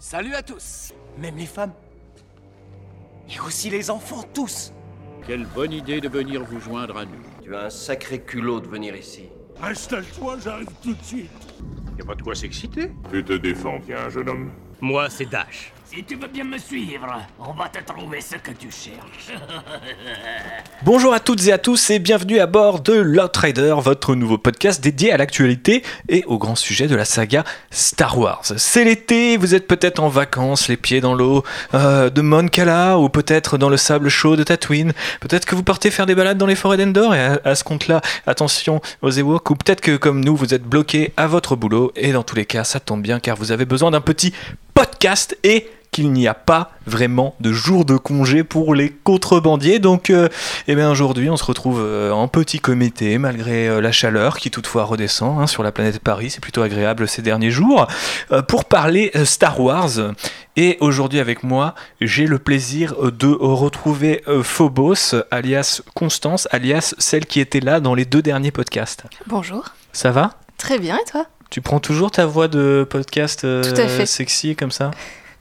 Salut à tous, même les femmes. Et aussi les enfants, tous. Quelle bonne idée de venir vous joindre à nous. Tu as un sacré culot de venir ici. Installe-toi, j'arrive tout de suite. Y a pas de quoi s'exciter. Tu te défends bien, jeune homme. Moi, c'est Dash. Si tu veux bien me suivre, on va te trouver ce que tu cherches. Bonjour à toutes et à tous et bienvenue à bord de l'Outrider, votre nouveau podcast dédié à l'actualité et au grand sujet de la saga Star Wars. C'est l'été, vous êtes peut-être en vacances, les pieds dans l'eau de Mon Cala ou peut-être dans le sable chaud de Tatooine. Peut-être que vous partez faire des balades dans les forêts d'Endor et à ce compte-là, attention aux Ewoks. Ou peut-être que comme nous, vous êtes bloqué à votre boulot et dans tous les cas, ça tombe bien car vous avez besoin d'un petit podcast et qu'il n'y a pas vraiment de jour de congé pour les contrebandiers. Donc aujourd'hui, on se retrouve en petit comité, malgré la chaleur qui toutefois redescend sur la planète Paris. C'est plutôt agréable ces derniers jours, pour parler Star Wars. Et aujourd'hui avec moi, j'ai le plaisir de retrouver Phobos, alias Constance, alias celle qui était là dans les 2 derniers podcasts. Bonjour. Ça va ? Très bien, et toi ? Tu prends toujours ta voix de podcast Tout à fait. Sexy comme ça ?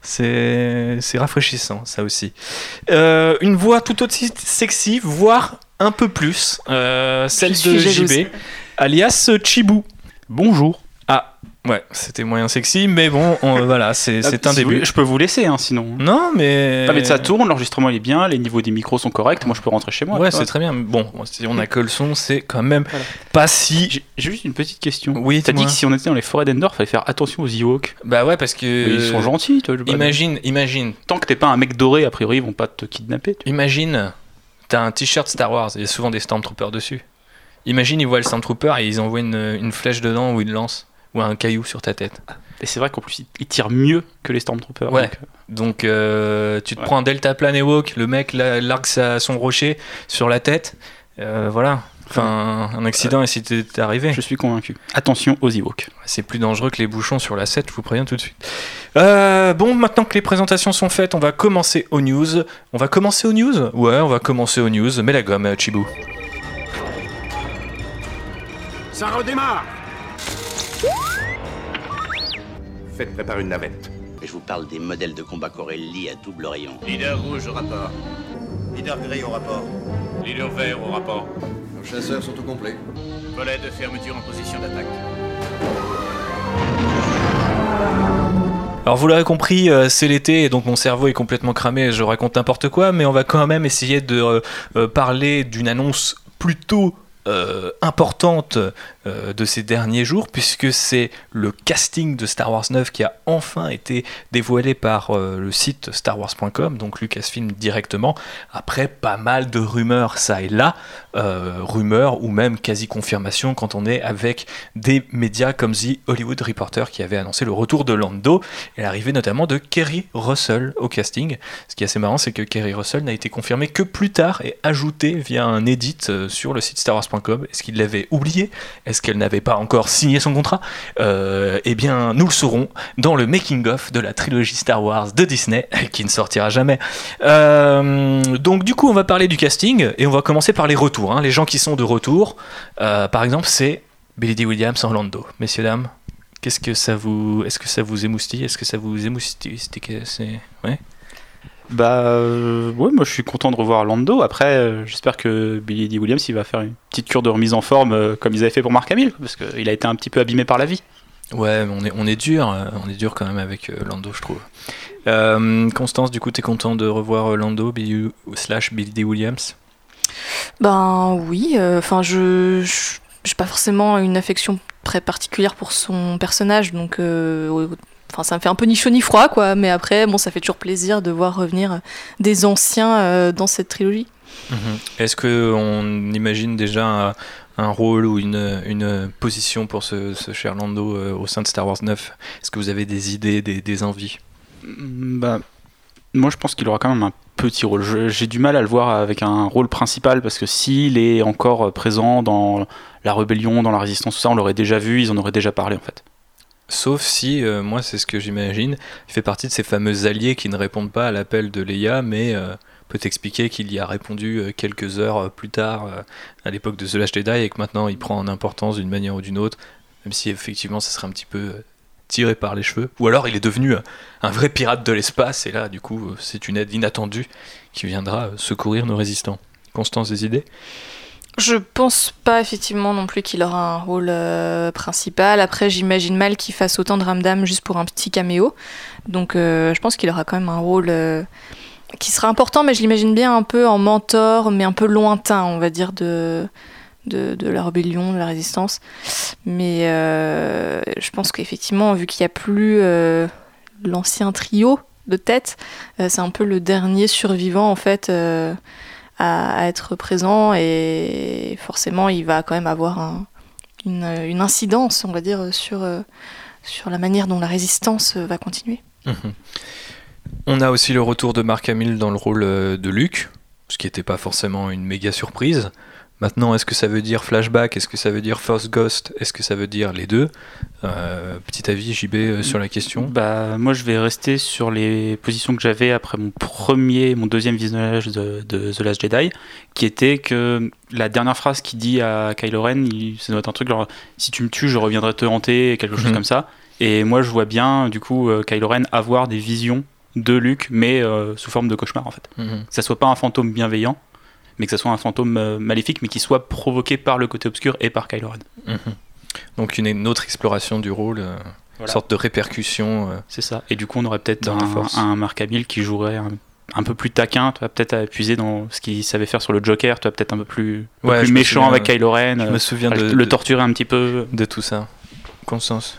C'est rafraîchissant, ça aussi. Une voix tout aussi sexy, voire un peu plus, celle de JB, alias Chibou. Bonjour. Ah, ouais, c'était moyen sexy, mais bon, voilà, c'est un début. Je peux vous laisser, sinon. Non, mais... Ah, mais ça tourne, l'enregistrement il est bien, les niveaux des micros sont corrects, moi je peux rentrer chez moi. Ouais, c'est très bien. Bon, si on a que le son, c'est quand même pas si... J'ai juste une petite question. Oui, t'as dit que si on était dans les forêts d'Endor, fallait faire attention aux Ewoks. Bah ouais, parce que... Mais ils sont gentils, toi. Imagine. Tant que t'es pas un mec doré, a priori, ils vont pas te kidnapper. Imagine, t'as un t-shirt Star Wars, il y a souvent des Stormtroopers dessus. Imagine, ils voient le Stormtrooper et ils envoient une flèche dedans ou une lance. Ou un caillou sur ta tête. Et c'est vrai qu'en plus, ils tirent mieux que les Stormtroopers. Ouais. Donc tu te prends un deltaplane Ewok, le mec largue son rocher sur la tête. Voilà. Enfin, un accident est arrivé. Je suis convaincu. Attention aux Ewoks. C'est plus dangereux que les bouchons sur la 7, je vous préviens tout de suite. Bon, maintenant que les présentations sont faites, on va commencer aux news. Ouais, on va commencer aux news. Mets la gomme, Chibou. Ça redémarre. Faites préparer une navette. Je vous parle des modèles de combat Corelli à double rayon. Leader rouge au rapport. Leader gris au rapport. Leader vert au rapport. Nos chasseurs sont au complet. Volet de fermeture en position d'attaque. Alors vous l'aurez compris, c'est l'été et donc mon cerveau est complètement cramé, je raconte n'importe quoi, mais on va quand même essayer de parler d'une annonce plutôt importante de ces derniers jours, puisque c'est le casting de Star Wars 9 qui a enfin été dévoilé par le site starwars.com, donc Lucasfilm directement, après pas mal de rumeurs ça et là, rumeurs ou même quasi-confirmation quand on est avec des médias comme The Hollywood Reporter qui avait annoncé le retour de Lando et l'arrivée notamment de Keri Russell au casting. Ce qui est assez marrant, c'est que Keri Russell n'a été confirmé que plus tard et ajouté via un edit sur le site starwars.com. Est-ce qu'il l'avait oublié ? Est-ce qu'elle n'avait pas encore signé son contrat ? Eh bien, nous le saurons dans le making-of de la trilogie Star Wars de Disney, qui ne sortira jamais. Donc du coup, on va parler du casting, et on va commencer par les retours. Les gens qui sont de retour, par exemple, c'est Billy Dee Williams en Lando. Messieurs, dames, est-ce que ça vous émoustille ? Ouais. Ouais, moi je suis content de revoir Lando. Après, j'espère que Billy Dee Williams il va faire une petite cure de remise en forme comme ils avaient fait pour Mark Hamill, parce qu'il a été un petit peu abîmé par la vie. Ouais, mais on est dur quand même avec Lando, je trouve. Constance, du coup, t'es content de revoir Lando Billy Dee Williams ? Ben oui, je j'ai pas forcément une affection très particulière pour son personnage, donc ça me fait un peu ni chaud ni froid, quoi. Mais après, bon, ça fait toujours plaisir de voir revenir des anciens dans cette trilogie. Est-ce qu'on imagine déjà un rôle ou une position pour ce cher Lando au sein de Star Wars 9 ? Est-ce que vous avez des idées, des envies ? Moi, je pense qu'il aura quand même un petit rôle. J'ai du mal à le voir avec un rôle principal, parce que s'il est encore présent dans la rébellion, dans la résistance, tout ça, on l'aurait déjà vu, ils en auraient déjà parlé, en fait. Sauf si, moi c'est ce que j'imagine, il fait partie de ces fameux alliés qui ne répondent pas à l'appel de Leia, mais peut expliquer qu'il y a répondu quelques heures plus tard, à l'époque de The Last Jedi, et que maintenant il prend en importance d'une manière ou d'une autre, même si effectivement ça serait un petit peu tiré par les cheveux, ou alors il est devenu un vrai pirate de l'espace, et là du coup c'est une aide inattendue qui viendra secourir nos résistants. Constance, des idées ? Je pense pas effectivement non plus qu'il aura un rôle principal. Après, j'imagine mal qu'il fasse autant de ramdam juste pour un petit caméo. Donc je pense qu'il aura quand même un rôle qui sera important, mais je l'imagine bien un peu en mentor, mais un peu lointain, on va dire, de la rébellion, de la résistance. Mais je pense qu'effectivement, vu qu'il n'y a plus l'ancien trio de tête, c'est un peu le dernier survivant en fait à être présent, et forcément il va quand même avoir une incidence, on va dire, sur la manière dont la résistance va continuer. On a aussi le retour de Mark Hamill dans le rôle de Luke, ce qui n'était pas forcément une méga surprise. Maintenant, est-ce que ça veut dire flashback ? Est-ce que ça veut dire Force Ghost ? Est-ce que ça veut dire les deux ? Petit avis, JB, sur la question. Moi, je vais rester sur les positions que j'avais après mon deuxième visionnage de The Last Jedi, qui était que la dernière phrase qu'il dit à Kylo Ren, ça doit être un truc genre « Si tu me tues, je reviendrai te hanter », quelque chose comme ça. Et moi, je vois bien, du coup, Kylo Ren avoir des visions de Luke, mais sous forme de cauchemar, en fait. Que ça soit pas un fantôme bienveillant, mais que ça soit un fantôme maléfique, mais qui soit provoqué par le côté obscur et par Kylo Ren. Donc une autre exploration du rôle, une sorte de répercussion. C'est ça. Et du coup, on aurait peut-être un Mark Hamill qui jouerait un peu plus taquin, tu vois, peut-être appuyer dans ce qu'il savait faire sur le Joker, tu vois, peut-être un peu plus méchant avec Kylo Ren. Je me souviens le torturer un petit peu. De tout ça. Constance.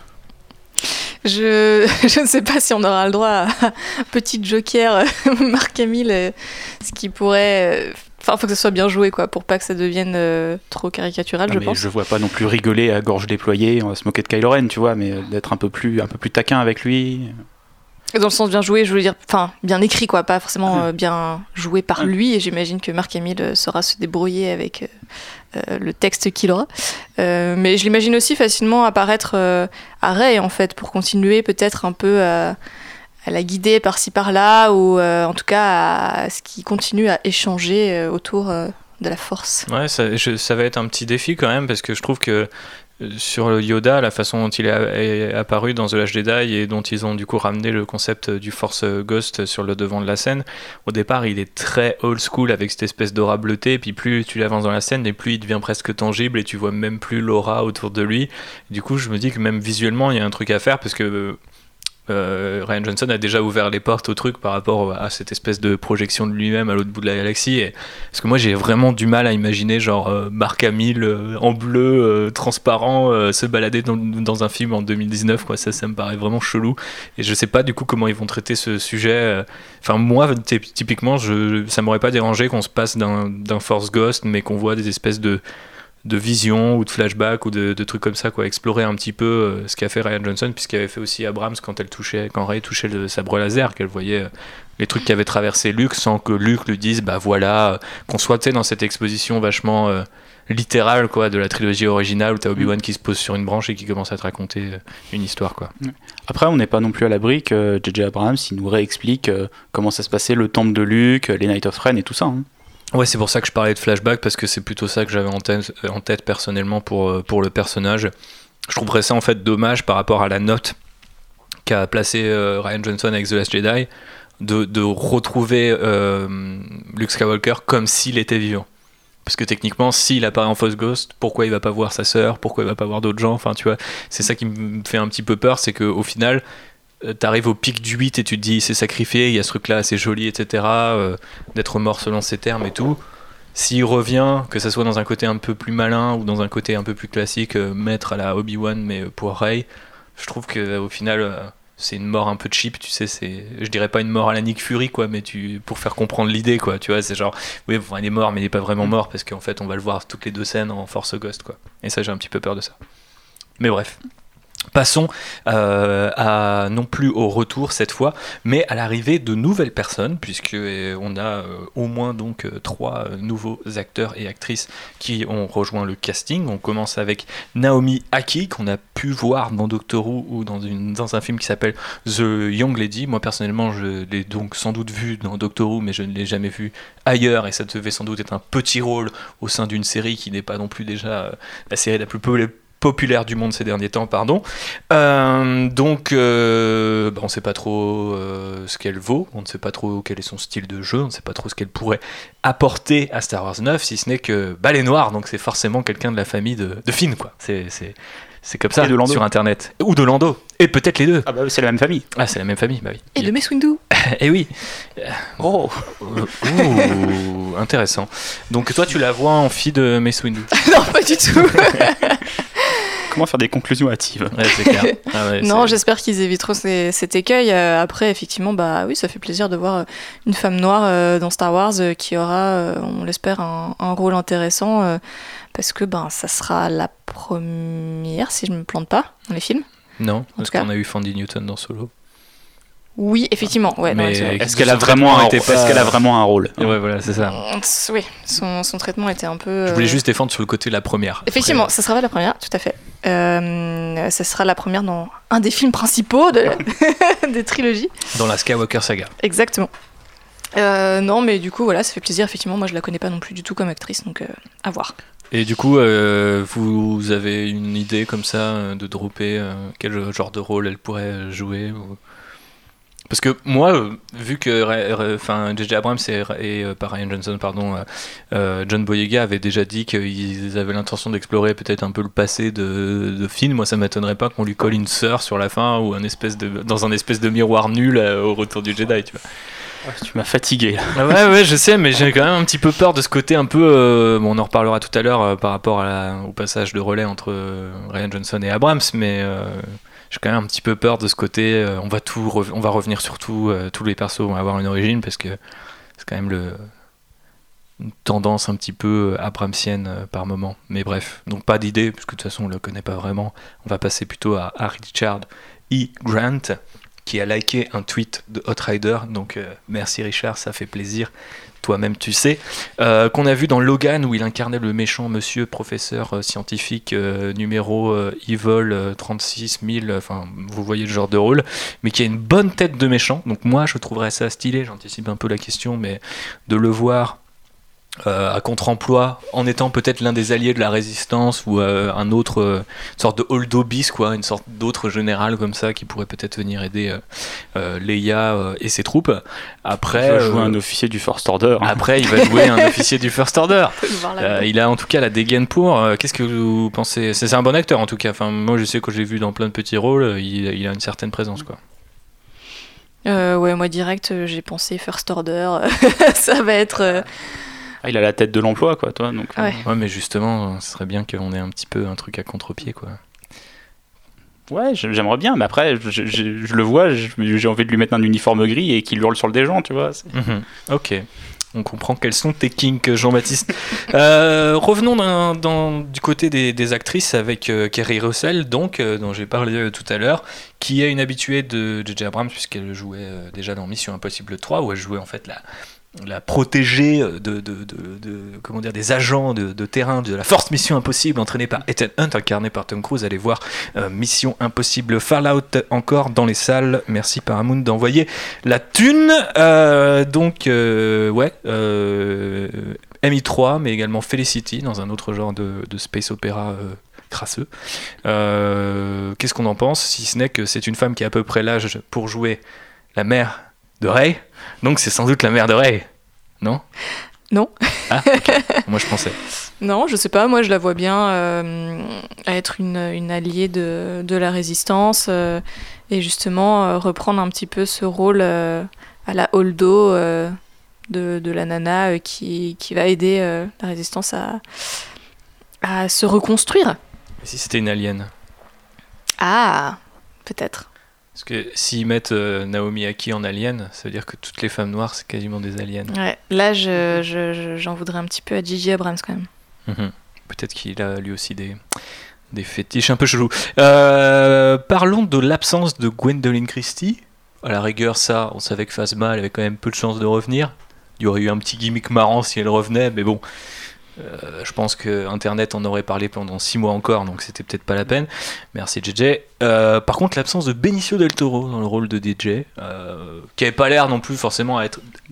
Je ne sais pas si on aura le droit à petit Joker Mark Hamill, ce qui pourrait... Enfin, faut que ça soit bien joué, quoi, pour pas que ça devienne trop caricatural, je pense. Je vois pas non plus rigoler à gorge déployée, on va se moquer de Kylo Ren, tu vois, mais d'être un peu plus taquin avec lui. Dans le sens bien joué, je veux dire, enfin, bien écrit, quoi, pas forcément bien joué par lui, et j'imagine que Mark Hamill saura se débrouiller avec le texte qu'il aura. Mais je l'imagine aussi facilement apparaître à Rey, en fait, pour continuer peut-être un peu à la guider par-ci par-là, ou en tout cas à ce qui continue à échanger autour de la force. Ouais, ça va être un petit défi quand même, parce que je trouve que sur le Yoda, la façon dont il est apparu dans The Last Jedi et dont ils ont du coup ramené le concept du Force Ghost sur le devant de la scène, au départ il est très old school avec cette espèce d'aura bleutée, et puis plus tu l'avances dans la scène et plus il devient presque tangible et tu vois même plus l'aura autour de lui. Du coup je me dis que même visuellement il y a un truc à faire, parce que Rian Johnson a déjà ouvert les portes au truc par rapport à cette espèce de projection de lui-même à l'autre bout de la galaxie, parce que moi j'ai vraiment du mal à imaginer genre Mark Hamill en bleu transparent se balader dans un film en 2019, quoi. Ça me paraît vraiment chelou, et je sais pas du coup comment ils vont traiter ce sujet. Enfin moi typiquement ça m'aurait pas dérangé qu'on se passe d'un Force Ghost, mais qu'on voit des espèces de vision ou de flashback ou de trucs comme ça, quoi. Explorer un petit peu ce qu'a fait Rian Johnson, puisqu'il avait fait aussi Abrams quand Rey touchait le sabre laser, qu'elle voyait les trucs qui avaient traversé Luke sans que Luke lui dise bah voilà, qu'on soit dans cette exposition vachement littérale, quoi, de la trilogie originale où t'as Obi-Wan qui se pose sur une branche et qui commence à te raconter une histoire, quoi. Après on n'est pas non plus à l'abri que J.J. Abrams il nous réexplique comment ça se passait le temple de Luke, les Night of Ren et tout ça, hein. Ouais, c'est pour ça que je parlais de flashback, parce que c'est plutôt ça que j'avais en tête personnellement pour le personnage. Je trouverais ça en fait dommage par rapport à la note qu'a placé Rian Johnson avec The Last Jedi, de retrouver Luke Skywalker comme s'il était vivant. Parce que techniquement, s'il apparaît en Force Ghost, pourquoi il va pas voir sa sœur, pourquoi il va pas voir d'autres gens, enfin tu vois, c'est ça qui me fait un petit peu peur, c'est qu'au final t'arrives au pic du 8 et tu te dis il s'est sacrifié, il y a ce truc là assez joli, etc., d'être mort selon ses termes et tout. S'il revient, que ça soit dans un côté un peu plus malin ou dans un côté un peu plus classique, maître à la Obi-Wan mais pour Rey, je trouve qu'au final c'est une mort un peu cheap, tu sais, je dirais pas une mort à la Nick Fury, quoi, mais pour faire comprendre l'idée, quoi, tu vois, c'est genre oui bon, il est mort mais il est pas vraiment mort, parce qu'en fait on va le voir toutes les 2 scènes en Force Ghost, quoi, et ça j'ai un petit peu peur de ça. Mais bref, passons non plus au retour cette fois, mais à l'arrivée de nouvelles personnes, puisque on a au moins donc 3 nouveaux acteurs et actrices qui ont rejoint le casting. On commence avec Naomi Ackie, qu'on a pu voir dans Doctor Who ou dans un film qui s'appelle The Young Lady. Moi personnellement je l'ai donc sans doute vu dans Doctor Who, mais je ne l'ai jamais vu ailleurs, et ça devait sans doute être un petit rôle au sein d'une série qui n'est pas non plus déjà la série la plus populaire du monde ces derniers temps, pardon. Donc, on ne sait pas trop ce qu'elle vaut, on ne sait pas trop quel est son style de jeu, on ne sait pas trop ce qu'elle pourrait apporter à Star Wars 9, si ce n'est que elle est noire, donc c'est forcément quelqu'un de la famille de Finn, quoi. C'est comme ça sur Internet. Ou de Lando. Et peut-être les deux. Ah bah c'est la même famille. Ah, c'est la même famille, bah oui. Et de Mace Windu. Eh oui. Oh. Intéressant. Donc toi, tu la vois en fille de Mace Windu. Non, pas du tout. Comment faire des conclusions hâtives? Ouais, c'est clair. Ah ouais, non, j'espère qu'ils éviteront cet écueil. Après, effectivement, bah oui, ça fait plaisir de voir une femme noire dans Star Wars qui aura, on l'espère, un rôle intéressant parce que ça sera la première, si je me plante pas, dans les films. Non, parce qu'on a eu Fandy Newton dans Solo. Oui, effectivement. Ouais, mais est-ce qu'elle a vraiment un rôle? Ouais, voilà, c'est ça. Oui, son traitement était un peu... Je voulais juste défendre sur le côté la première. Effectivement, ça sera la première, tout à fait. Ça sera la première dans un des films principaux des trilogies. Dans la Skywalker saga. Exactement. Non, mais du coup, voilà, ça fait plaisir. Effectivement, moi, je la connais pas non plus du tout comme actrice, donc à voir. Et du coup, vous avez une idée comme ça de dropper quel genre de rôle elle pourrait jouer ou... Parce que moi, vu que J.J. Abrams et pas Rian Johnson, pardon, John Boyega avaient déjà dit qu'ils avaient l'intention d'explorer peut-être un peu le passé de Finn, moi ça m'étonnerait pas qu'on lui colle une sœur sur la fin ou dans un espèce de miroir nul au retour du Jedi, tu vois. Tu m'as fatigué là. Ouais, je sais, mais j'ai quand même un petit peu peur de ce côté un peu. On en reparlera tout à l'heure par rapport au passage de relais entre Rian Johnson et Abrams, mais j'ai quand même un petit peu peur de ce côté. On va revenir sur tous les persos vont avoir une origine parce que c'est quand même une tendance un petit peu abramsienne par moment. Mais bref, donc pas d'idée, parce que de toute façon on le connaît pas vraiment. On va passer plutôt à Richard E. Grant, qui a liké un tweet de Hot Rider, donc merci Richard, ça fait plaisir, toi-même tu sais, qu'on a vu dans Logan où il incarnait le méchant monsieur professeur scientifique numéro Evil 36000, enfin vous voyez le genre de rôle, mais qui a une bonne tête de méchant, donc moi je trouverais ça stylé, j'anticipe un peu la question, mais de le voir à contre-emploi, en étant peut-être l'un des alliés de la résistance ou un autre sorte de Holdo bis, quoi, une sorte d'autre général comme ça qui pourrait peut-être venir aider Leia et ses troupes. Après, il va jouer un officier du First Order. Après, il va jouer un officier du First Order. Il a en tout cas la dégaine pour. Qu'est-ce que vous pensez? C'est un bon acteur en tout cas. Enfin, moi, je sais que j'ai vu dans plein de petits rôles, il a une certaine présence, quoi. Ouais, moi direct, j'ai pensé First Order. Ça va être. Il a la tête de l'emploi, quoi, toi. Donc, ouais. Ouais, mais justement, ce serait bien qu'on ait un petit peu un truc à contre-pied, quoi. Ouais, j'aimerais bien, mais après, je le vois, j'ai envie de lui mettre un uniforme gris et qu'il hurle sur le des gens, tu vois. Ok. On comprend quels sont tes kinks, Jean-Baptiste. Revenons du côté des actrices avec Kerry Russell, donc, dont j'ai parlé tout à l'heure, qui est une habituée de J.J. Abrams, puisqu'elle jouait déjà dans Mission Impossible 3, où elle jouait en fait la protégée comment dire, des agents de terrain de la Force Mission Impossible, entraînée par Ethan Hunt, incarné par Tom Cruise. Allez voir Mission Impossible Fallout encore dans les salles. Merci Paramount d'envoyer la thune. MI3, mais également Felicity dans un autre genre de space opéra crasseux. Qu'est-ce qu'on en pense, si ce n'est que c'est une femme qui a à peu près l'âge pour jouer la mère de Rey, donc c'est sans doute la mère de Rey, non? Non. Ah, okay. Moi je pensais. Non, je sais pas, moi je la vois bien être une alliée de la résistance et justement reprendre un petit peu ce rôle à la Holdo de la nana qui va aider la résistance à se reconstruire. Et si c'était une alien? Ah, peut-être. Parce que s'ils mettent Naomi Aki en alien, ça veut dire que toutes les femmes noires, c'est quasiment des aliens. Ouais, là, j'en voudrais un petit peu à J.J. Abrams quand même. Peut-être qu'il a lui aussi des fétiches un peu chelous. Parlons de l'absence de Gwendoline Christie. À la rigueur, ça, on savait que Phasma, elle avait quand même peu de chances de revenir. Il y aurait eu un petit gimmick marrant si elle revenait, mais bon... je pense que Internet en aurait parlé pendant 6 mois encore, donc c'était peut-être pas la peine. Merci JJ. Par contre, l'absence de Benicio del Toro dans le rôle de DJ, qui avait pas l'air non plus forcément à être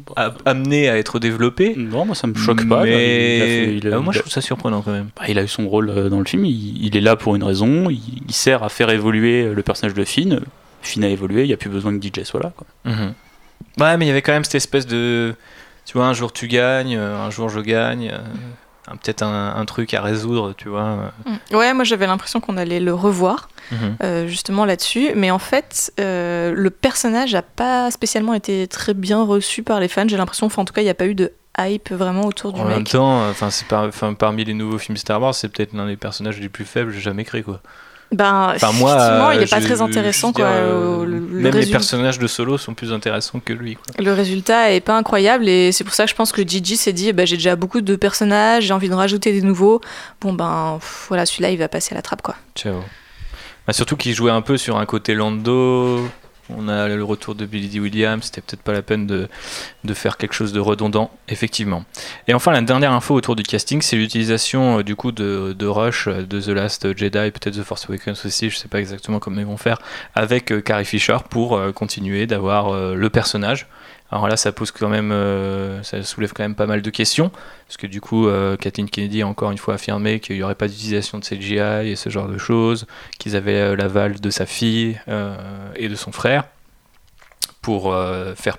amené à être développé. Non, moi ça me choque pas. Mais moi je trouve ça surprenant quand même. Il a eu son rôle dans le film, il est là pour une raison, il sert à faire évoluer le personnage de Finn. Finn a évolué, il n'y a plus besoin que DJ soit là. Quoi. Ouais, mais il y avait quand même cette espèce de... Tu vois, un jour tu gagnes, un jour je gagne... peut-être un truc à résoudre, tu vois. Ouais, moi j'avais l'impression qu'on allait le revoir, justement là-dessus. Mais en fait, le personnage n'a pas spécialement été très bien reçu par les fans. J'ai l'impression, en tout cas, il n'y a pas eu de hype vraiment autour du mec. En même temps, parmi les nouveaux films Star Wars, c'est peut-être l'un des personnages les plus faibles que j'ai jamais créé, quoi. Effectivement, il n'est pas très intéressant. Même les personnages de Solo sont plus intéressants que lui. Quoi. Le résultat est pas incroyable et c'est pour ça que je pense que Gigi s'est dit j'ai déjà beaucoup de personnages, j'ai envie de rajouter des nouveaux. Voilà, celui-là il va passer à la trappe, quoi. Ciao. Surtout qu'il jouait un peu sur un côté Lando. On a le retour de Billy Dee Williams, c'était peut-être pas la peine de faire quelque chose de redondant, effectivement. Et enfin, la dernière info autour du casting, c'est l'utilisation du coup de Rush, de The Last Jedi, peut-être The Force Awakens aussi, je sais pas exactement comment ils vont faire, avec Carrie Fisher pour continuer d'avoir le personnage. Alors là, ça pose quand même, ça soulève quand même pas mal de questions, parce que du coup, Kathleen Kennedy a encore une fois affirmé qu'il n'y aurait pas d'utilisation de CGI et ce genre de choses, qu'ils avaient l'aval de sa fille et de son frère pour faire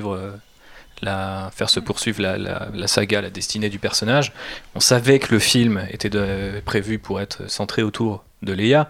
se poursuivre la saga, la destinée du personnage. On savait que le film était prévu pour être centré autour de Leia.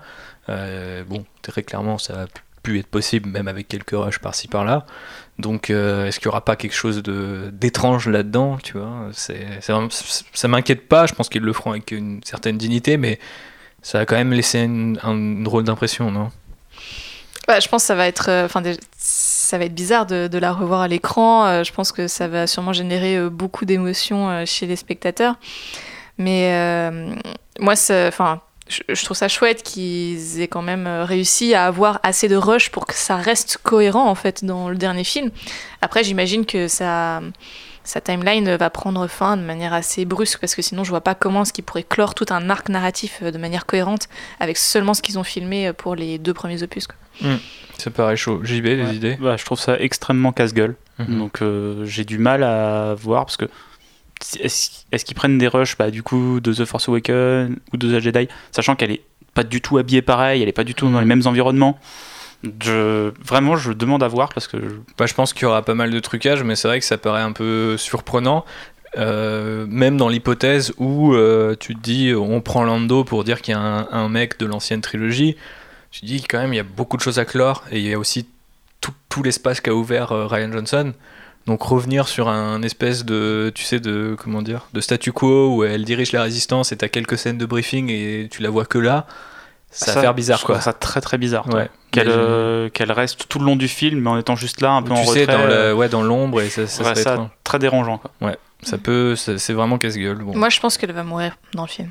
Très clairement, ça a pu être possible, même avec quelques rushs par-ci par-là. Donc, est-ce qu'il n'y aura pas quelque chose d'étrange là-dedans, tu vois ? Ça m'inquiète pas, je pense qu'ils le feront avec une certaine dignité, mais ça a quand même laissé une drôle d'impression, non ? Je pense que ça va être bizarre de la revoir à l'écran. Je pense que ça va sûrement générer beaucoup d'émotions chez les spectateurs. Mais moi, je trouve ça chouette qu'ils aient quand même réussi à avoir assez de rush pour que ça reste cohérent en fait dans le dernier film. Après, j'imagine que sa timeline va prendre fin de manière assez brusque parce que sinon je vois pas comment est-ce qu'ils pourraient clore tout un arc narratif de manière cohérente avec seulement ce qu'ils ont filmé pour les 2 premiers opus, quoi. Ça paraît chaud. JB, des idées ? Je trouve ça extrêmement casse-gueule. Donc j'ai du mal à voir parce que est-ce qu'ils prennent des rushs du coup de The Force Awakens ou de The Jedi, sachant qu'elle est pas du tout habillée pareil, elle est pas du tout dans les mêmes environnements. Vraiment, je demande à voir parce que je pense qu'il y aura pas mal de trucages, mais c'est vrai que ça paraît un peu surprenant, même dans l'hypothèse où tu te dis on prend Lando pour dire qu'il y a un mec de l'ancienne trilogie. Tu te dis quand même il y a beaucoup de choses à clore et il y a aussi tout l'espace qu'a ouvert Rian Johnson. Donc revenir sur un espèce de statu quo où elle dirige la résistance et t'as quelques scènes de briefing et tu la vois que là, ça va faire bizarre, quoi. Ça très très bizarre. Ouais. Qu'elle reste tout le long du film mais en étant juste là un peu en retrait. Dans l'ombre et ça serait étrange. Très dérangeant, quoi. Ouais, c'est vraiment casse-gueule. Bon. Moi je pense qu'elle va mourir dans le film.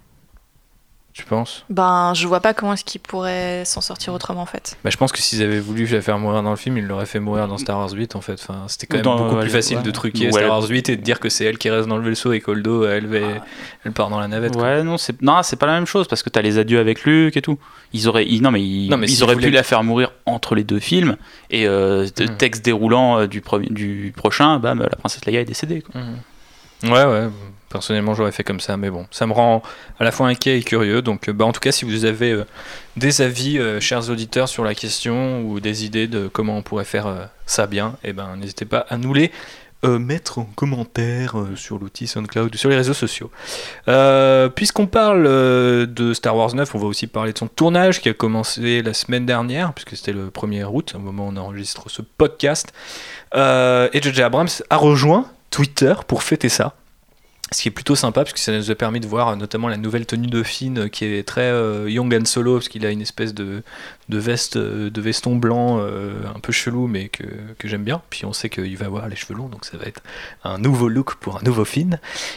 Tu penses ? Je vois pas comment est-ce qu'ils pourraient s'en sortir autrement en fait. Je pense que s'ils avaient voulu la faire mourir dans le film, ils l'auraient fait mourir dans Star Wars 8 en fait. Enfin, c'était quand même beaucoup plus facile de truquer Star Wars 8 et de dire que c'est elle qui reste dans le vaisseau et qu'Holdo elle part dans la navette. Ouais, c'est pas la même chose parce que t'as les adieux avec Luke et tout. Ils auraient pu la faire mourir entre les 2 films et texte déroulant du prochain, la princesse Leia est décédée, quoi. Ouais. Personnellement, j'aurais fait comme ça, mais bon, ça me rend à la fois inquiet et curieux. Donc, en tout cas, si vous avez des avis, chers auditeurs, sur la question ou des idées de comment on pourrait faire ça bien, n'hésitez pas à nous les mettre en commentaire sur l'outil SoundCloud ou sur les réseaux sociaux. Puisqu'on parle de Star Wars 9, on va aussi parler de son tournage qui a commencé la semaine dernière, puisque c'était le 1er août, au moment où on enregistre ce podcast. Et J.J. Abrams a rejoint Twitter pour fêter ça. Ce qui est plutôt sympa parce que ça nous a permis de voir notamment la nouvelle tenue de Finn qui est très Young Han Solo parce qu'il a une espèce de veston blanc un peu chelou mais que j'aime bien. Puis on sait qu'il va avoir les cheveux longs donc ça va être un nouveau look pour un nouveau Finn.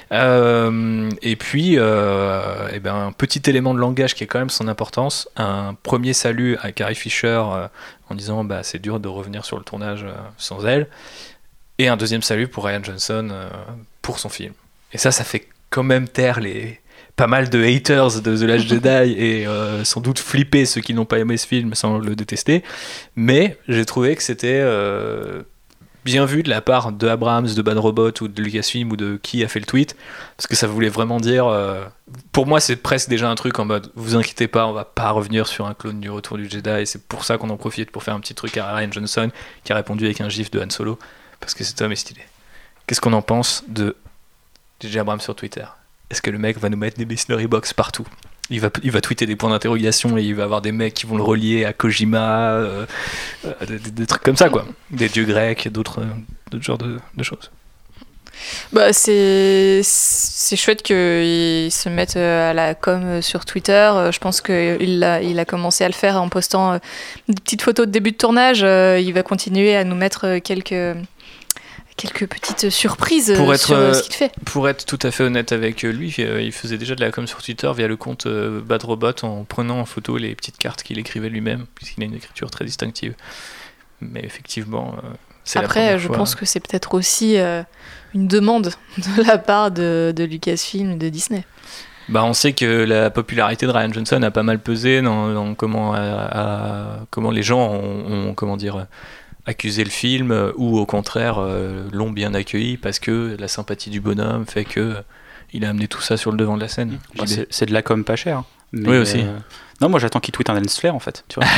Et puis un petit élément de langage qui a quand même son importance. Un premier salut à Carrie Fisher en disant c'est dur de revenir sur le tournage sans elle. Et un deuxième salut pour Rian Johnson pour son film. Et ça fait quand même taire pas mal de haters de The Last Jedi et sans doute flipper ceux qui n'ont pas aimé ce film sans le détester. Mais j'ai trouvé que c'était bien vu de la part de Abrams, de Bad Robot ou de Lucasfilm ou de qui a fait le tweet, parce que ça voulait vraiment dire, pour moi c'est presque déjà un truc en mode, vous inquiétez pas, on va pas revenir sur un clone du Retour du Jedi, et c'est pour ça qu'on en profite pour faire un petit truc à Rian Johnson, qui a répondu avec un gif de Han Solo, parce que cet homme est stylé. Qu'est-ce qu'on en pense de J.J. Abrams sur Twitter? Est-ce que le mec va nous mettre des mystery box partout? Il va tweeter des points d'interrogation et il va avoir des mecs qui vont le relier à Kojima, des trucs comme ça, quoi. Des dieux grecs, d'autres genres de choses. Bah, c'est chouette qu'ils se mettent à la com sur Twitter. Je pense qu'il a commencé à le faire en postant des petites photos de début de tournage. Il va continuer à nous mettre quelques petites surprises sur ce qu'il fait. Pour être tout à fait honnête avec lui, il faisait déjà de la com sur Twitter via le compte Bad Robot en prenant en photo les petites cartes qu'il écrivait lui-même, puisqu'il a une écriture très distinctive. Mais effectivement, c'est après, la première je fois. pense que c'est peut-être aussi une demande de la part de Lucasfilm et de Disney. Bah, on sait que la popularité de Rian Johnson a pas mal pesé dans comment les gens ont comment dire, accusé le film, ou au contraire l'ont bien accueilli parce que la sympathie du bonhomme fait que il a amené tout ça sur le devant de la scène. Bah, c'est de la com pas cher. Mais oui aussi. Non, moi j'attends qu'il tweete un lens flare en fait. Tu vois.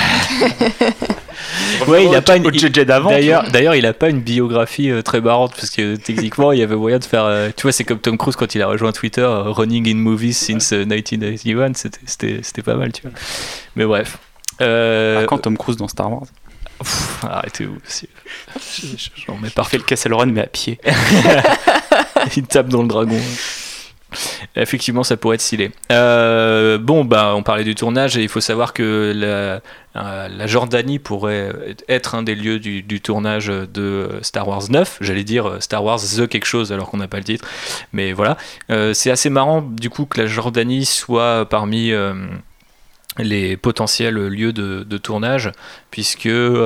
Ouais, il a pas une. JJ d'avant. D'ailleurs, il a pas une biographie très marrante parce que techniquement, il y avait moyen de faire. Tu vois, c'est comme Tom Cruise quand il a rejoint Twitter, running in movies since 1981. C'était pas mal, tu vois. Mais bref. Quand Tom Cruise dans Star Wars. Arrêtez-vous. J'en mets parfait. Le Kessel Run mais à pied. Il tape dans le dragon. Effectivement, ça pourrait être stylé. Bon, bah, on parlait du tournage et il faut savoir que la Jordanie pourrait être un des lieux du tournage de Star Wars 9. J'allais dire Star Wars The quelque chose alors qu'on n'a pas le titre. Mais voilà. C'est assez marrant du coup que la Jordanie soit parmi les potentiels lieux de tournage, puisque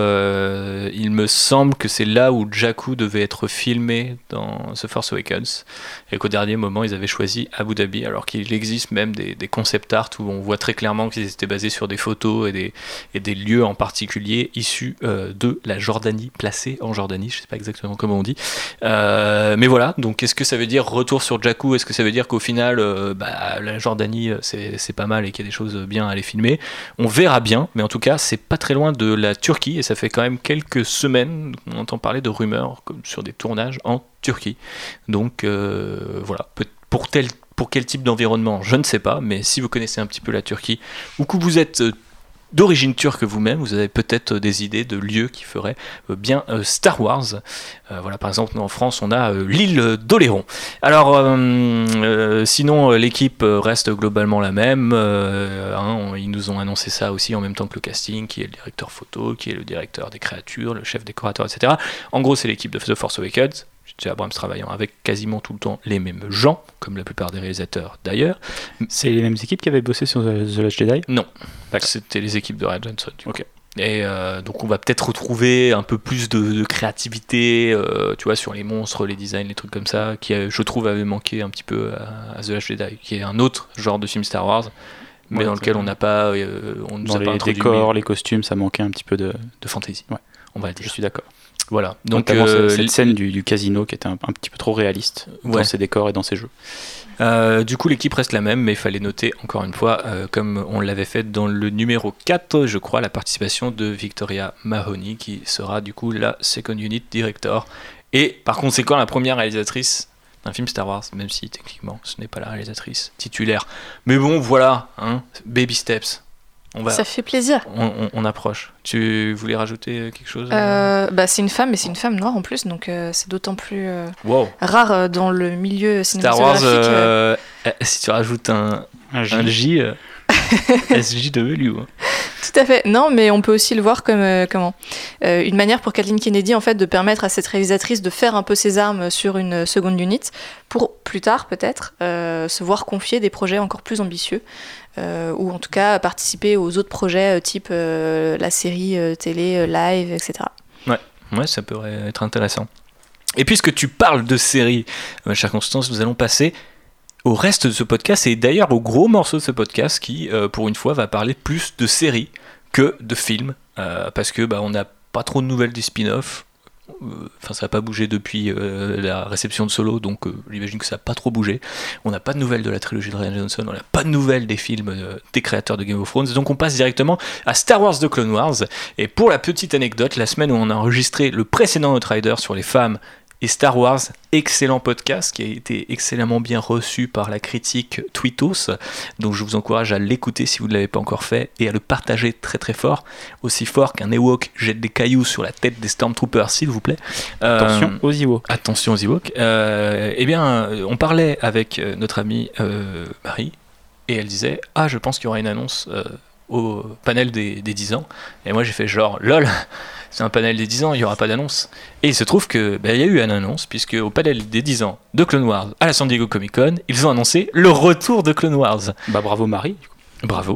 il me semble que c'est là où Jakku devait être filmé dans The Force Awakens, et qu'au dernier moment ils avaient choisi Abu Dhabi, alors qu'il existe même des concept art où on voit très clairement qu'ils étaient basés sur des photos et des lieux en particulier issus de la Jordanie, placés en Jordanie, je sais pas exactement comment on dit, mais voilà. Donc est-ce que ça veut dire retour sur Jakku? Est-ce que ça veut dire qu'au final la Jordanie c'est pas mal et qu'il y a des choses bien à aller filmer? On verra bien, mais en tout cas c'est pas très loin de la Turquie et ça fait quand même quelques semaines qu'on entend parler de rumeurs comme sur des tournages en Turquie. Donc voilà, pour quel type d'environnement, je ne sais pas, mais si vous connaissez un petit peu la Turquie ou que vous êtes d'origine turque vous-même, vous avez peut-être des idées de lieux qui feraient bien Star Wars. Voilà, par exemple, nous en France, on a l'île d'Oléron. Alors, sinon, l'équipe reste globalement la même. Ils nous ont annoncé ça aussi en même temps que le casting, qui est le directeur photo, qui est le directeur des créatures, le chef décorateur, etc. En gros, c'est l'équipe de The Force Awakens. J.J. Abrams travaillant avec quasiment tout le temps les mêmes gens, comme la plupart des réalisateurs d'ailleurs. C'est les mêmes équipes qui avaient bossé sur The Last Jedi? Non, c'était les équipes de Rian Johnson. Ok. Et donc on va peut-être retrouver un peu plus de créativité, tu vois, sur les monstres, les designs, les trucs comme ça, qui je trouve avait manqué un petit peu à The Last Jedi, qui est un autre genre de film Star Wars, mais dans lequel on n'a pas, on nous dans a pas les introduit décors, les costumes, ça manquait un petit peu de fantaisie. Ouais, on va le dire. Je suis d'accord. Voilà. Donc cette scène du casino qui était un petit peu trop réaliste dans ses décors et dans ses jeux. Du coup, l'équipe reste la même, mais il fallait noter, encore une fois, comme on l'avait fait dans le numéro 4, je crois, la participation de Victoria Mahoney, qui sera du coup la Second Unit Director, et par conséquent la première réalisatrice d'un film Star Wars, même si techniquement ce n'est pas la réalisatrice titulaire. Mais bon, voilà, hein, baby steps. Ça fait plaisir. On approche. Tu voulais rajouter quelque chose? C'est une femme, mais c'est une femme noire en plus, donc c'est d'autant plus rare dans le milieu cinématographique. Star Wars, si tu rajoutes un J, SJW. Tout à fait. Non, mais on peut aussi le voir comme une manière pour Kathleen Kennedy en fait de permettre à cette réalisatrice de faire un peu ses armes sur une seconde unit pour plus tard peut-être se voir confier des projets encore plus ambitieux. Ou en tout cas participer aux autres projets type la série télé, live, etc. Ouais, ça pourrait être intéressant. Et puisque tu parles de séries, cher Constance, nous allons passer au reste de ce podcast et d'ailleurs au gros morceau de ce podcast qui, pour une fois, va parler plus de séries que de films parce que on n'a pas trop de nouvelles des spin-offs. Enfin, ça n'a pas bougé depuis la réception de Solo, donc j'imagine que ça n'a pas trop bougé. On n'a pas de nouvelles de la trilogie de Rian Johnson, on n'a pas de nouvelles des films des créateurs de Game of Thrones, donc on passe directement à Star Wars The Clone Wars. Et pour la petite anecdote, la semaine où on a enregistré le précédent Outrider sur les femmes et Star Wars, excellent podcast qui a été excellemment bien reçu par la critique Tweetos, donc je vous encourage à l'écouter si vous ne l'avez pas encore fait et à le partager très très fort, aussi fort qu'un Ewok jette des cailloux sur la tête des Stormtroopers, s'il vous plaît. Attention aux Ewoks. Attention aux Ewoks. Eh bien, on parlait avec notre amie Marie et elle disait « Ah, je pense qu'il y aura une annonce au panel des 10 ans. » Et moi j'ai fait genre « LOL !» C'est un panel des 10 ans, il n'y aura pas d'annonce. Et il se trouve qu'il y a eu une annonce, puisque au panel des 10 ans de Clone Wars à la San Diego Comic Con, ils ont annoncé le retour de Clone Wars. Bah bravo Marie. Bravo.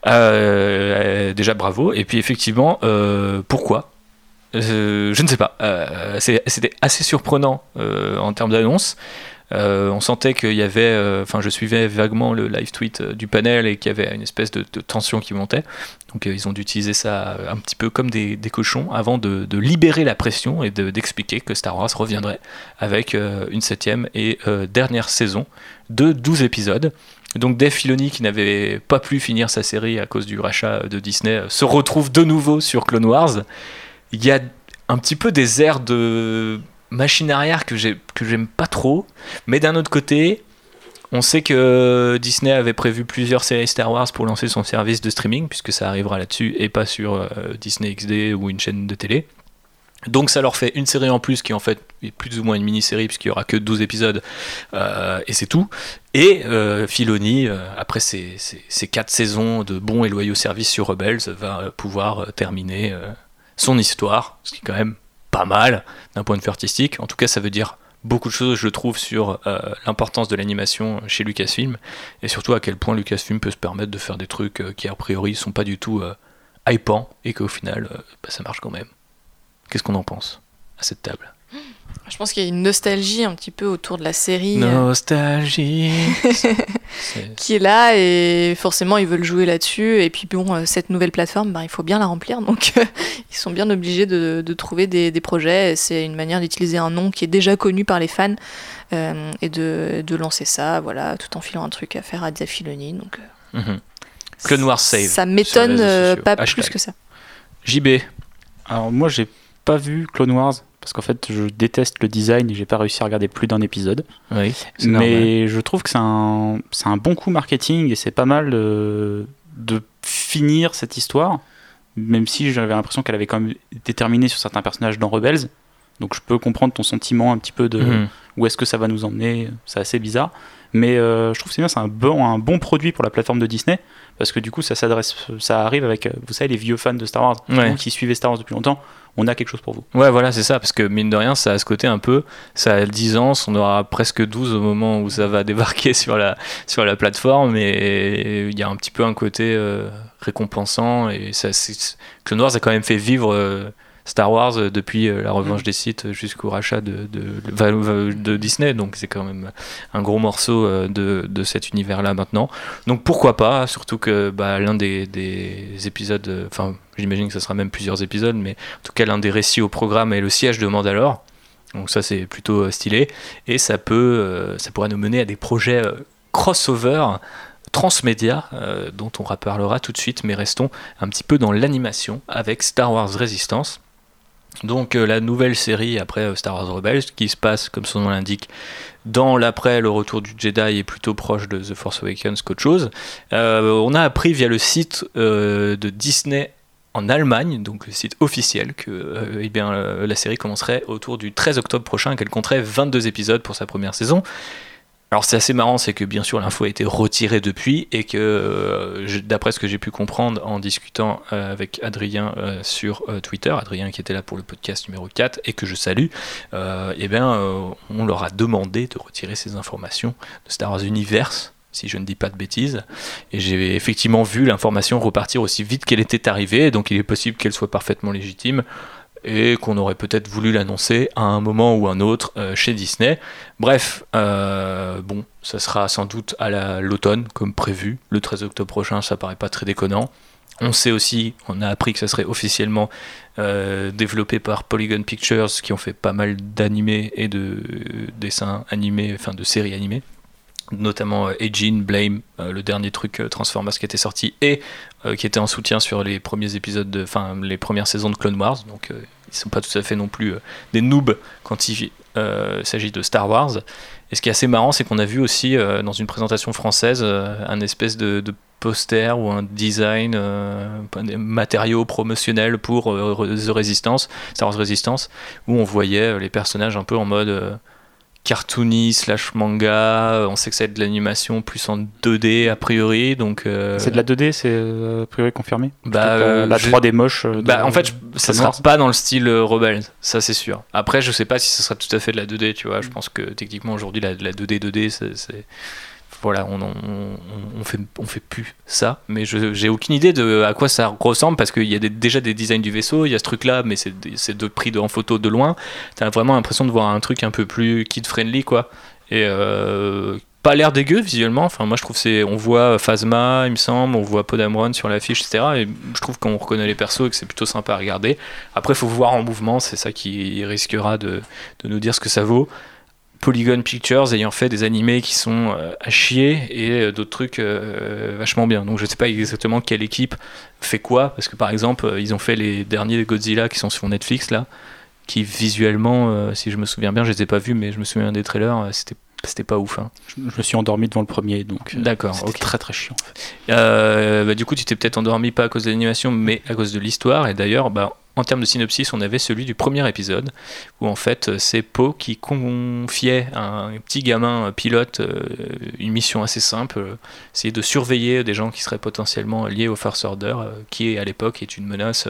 Déjà bravo. Et puis effectivement, pourquoi je ne sais pas. C'était assez surprenant en termes d'annonce. On sentait qu'il y avait, je suivais vaguement le live tweet du panel et qu'il y avait une espèce de tension qui montait. Donc ils ont dû utiliser ça un petit peu comme des cochons avant de libérer la pression et d'expliquer que Star Wars reviendrait avec une 7e et dernière saison de 12 épisodes. Donc Dave Filoni, qui n'avait pas pu finir sa série à cause du rachat de Disney, se retrouve de nouveau sur Clone Wars. Il y a un petit peu des airs de machine arrière que j'aime pas trop, mais d'un autre côté, on sait que Disney avait prévu plusieurs séries Star Wars pour lancer son service de streaming, puisque ça arrivera là-dessus et pas sur Disney XD ou une chaîne de télé. Donc ça leur fait une série en plus qui en fait est plus ou moins une mini-série puisqu'il n'y aura que 12 épisodes et c'est tout. Et Filoni, après ces 4 saisons de bons et loyaux services sur Rebels, va pouvoir terminer son histoire, ce qui est quand même pas mal d'un point de vue artistique. En tout cas, ça veut dire beaucoup de choses, je trouve, sur l'importance de l'animation chez Lucasfilm et surtout à quel point Lucasfilm peut se permettre de faire des trucs qui a priori sont pas du tout hypants et qu'au final ça marche quand même. Qu'est-ce qu'on en pense à cette table ? Je pense qu'il y a une nostalgie un petit peu autour de la série. Nostalgie qui est là et forcément ils veulent jouer là-dessus. Et puis bon, cette nouvelle plateforme, il faut bien la remplir. Donc ils sont bien obligés de trouver des projets. C'est une manière d'utiliser un nom qui est déjà connu par les fans et de lancer ça, voilà, tout en filant un truc à faire à Dave Filoni. Donc, Clone Wars Save. Ça m'étonne pas plus que ça. JB. Alors moi j'ai pas vu Clone Wars parce qu'en fait je déteste le design et j'ai pas réussi à regarder plus d'un épisode. Oui, mais normal. Je trouve que c'est un bon coup marketing et c'est pas mal de finir cette histoire, même si j'avais l'impression qu'elle avait quand même été terminée sur certains personnages dans Rebels. Donc je peux comprendre ton sentiment un petit peu de où est-ce que ça va nous emmener, c'est assez bizarre. Mais je trouve que c'est bien, c'est un bon produit pour la plateforme de Disney, parce que du coup ça arrive avec, vous savez, les vieux fans de Star Wars, vous qui suivez Star Wars depuis longtemps, on a quelque chose pour vous. Ouais, voilà, c'est ça, parce que mine de rien, ça a ce côté un peu, ça a 10 ans, on aura presque 12 au moment où ça va débarquer sur la plateforme, et il y a un petit peu un côté récompensant, et Clone Wars a quand même fait vivre Star Wars depuis la revanche des Sith jusqu'au rachat de Disney, donc c'est quand même un gros morceau de cet univers-là maintenant. Donc pourquoi pas, surtout que l'un des épisodes, j'imagine que ça sera même plusieurs épisodes, mais en tout cas l'un des récits au programme est le siège de Mandalore, donc ça c'est plutôt stylé, et ça pourrait nous mener à des projets crossover transmédia dont on reparlera tout de suite, mais restons un petit peu dans l'animation avec Star Wars Resistance. Donc la nouvelle série après Star Wars Rebels qui se passe, comme son nom l'indique, dans l'après le retour du Jedi est plutôt proche de The Force Awakens qu'autre chose. On a appris via le site de Disney en Allemagne, donc le site officiel, que la série commencerait autour du 13 octobre prochain, qu'elle compterait 22 épisodes pour sa première saison. Alors c'est assez marrant, c'est que bien sûr l'info a été retirée depuis et que d'après ce que j'ai pu comprendre en discutant avec Adrien sur Twitter, Adrien qui était là pour le podcast numéro 4 et que je salue, on leur a demandé de retirer ces informations de Star Wars Universe, si je ne dis pas de bêtises, et j'ai effectivement vu l'information repartir aussi vite qu'elle était arrivée, donc il est possible qu'elle soit parfaitement légitime et qu'on aurait peut-être voulu l'annoncer à un moment ou un autre chez Disney. Bref, ça sera sans doute à l'automne comme prévu. Le 13 octobre prochain, ça paraît pas très déconnant. On sait aussi, on a appris que ça serait officiellement développé par Polygon Pictures, qui ont fait pas mal d'animés et de dessins animés, enfin de séries animées, notamment Agin, Blame, le dernier truc Transformers qui était sorti et qui était en soutien sur les premiers épisodes, les premières saisons de Clone Wars. Donc ils sont pas tout à fait non plus des noobs quand il s'agit de Star Wars. Et ce qui est assez marrant, c'est qu'on a vu aussi dans une présentation française un espèce de poster ou un design, des matériaux promotionnels pour The Resistance, Star Wars Resistance, où on voyait les personnages un peu en mode cartoony / manga. On sait que c'est de l'animation plus en 2D a priori, donc c'est de la 2D, c'est a priori confirmé. La 3D moche. En fait, ça sera pas dans le style Rebels, ça c'est sûr. Après, je sais pas si ce sera tout à fait de la 2D, tu vois. Je pense que techniquement aujourd'hui la 2D c'est voilà, on fait plus ça, mais j'ai aucune idée de à quoi ça ressemble, parce qu'il y a déjà des designs du vaisseau, il y a ce truc là, mais c'est pris en photo de loin. T'as vraiment l'impression de voir un truc un peu plus kid friendly, quoi, et pas l'air dégueu visuellement. Enfin, moi je trouve on voit Phasma, il me semble, on voit Poe Dameron sur l'affiche, etc. Et je trouve qu'on reconnaît les persos et que c'est plutôt sympa à regarder. Après, il faut voir en mouvement, c'est ça qui risquera de nous dire ce que ça vaut. Polygon Pictures ayant fait des animés qui sont à chier et d'autres trucs vachement bien. Donc je sais pas exactement quelle équipe fait quoi, parce que par exemple ils ont fait les derniers Godzilla qui sont sur Netflix là, qui visuellement, si je me souviens bien, je les ai pas vus, mais je me souviens des trailers, c'était pas ouf, hein. Je me suis endormi devant le premier, donc d'accord, c'était okay. très très chiant en fait. Du coup tu t'es peut-être endormi pas à cause de l'animation, mais à cause de l'histoire. Et d'ailleurs en termes de synopsis, on avait celui du premier épisode, où en fait c'est Poe qui confiait à un petit gamin pilote une mission assez simple, essayer de surveiller des gens qui seraient potentiellement liés au First Order, qui à l'époque est une menace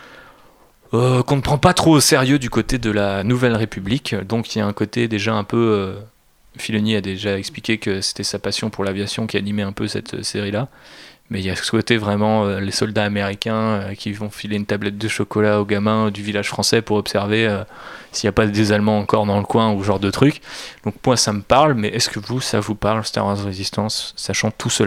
qu'on ne prend pas trop au sérieux du côté de la Nouvelle République. Donc il y a un côté déjà un peu... Filoni a déjà expliqué que c'était sa passion pour l'aviation qui animait un peu cette série-là. Mais il y a ce côté vraiment les soldats américains qui vont filer une tablette de chocolat aux gamins du village français pour observer s'il n'y a pas des Allemands encore dans le coin ou ce genre de truc. Donc moi ça me parle, mais est-ce que ça vous parle, Star Wars Resistance, sachant tout cela ?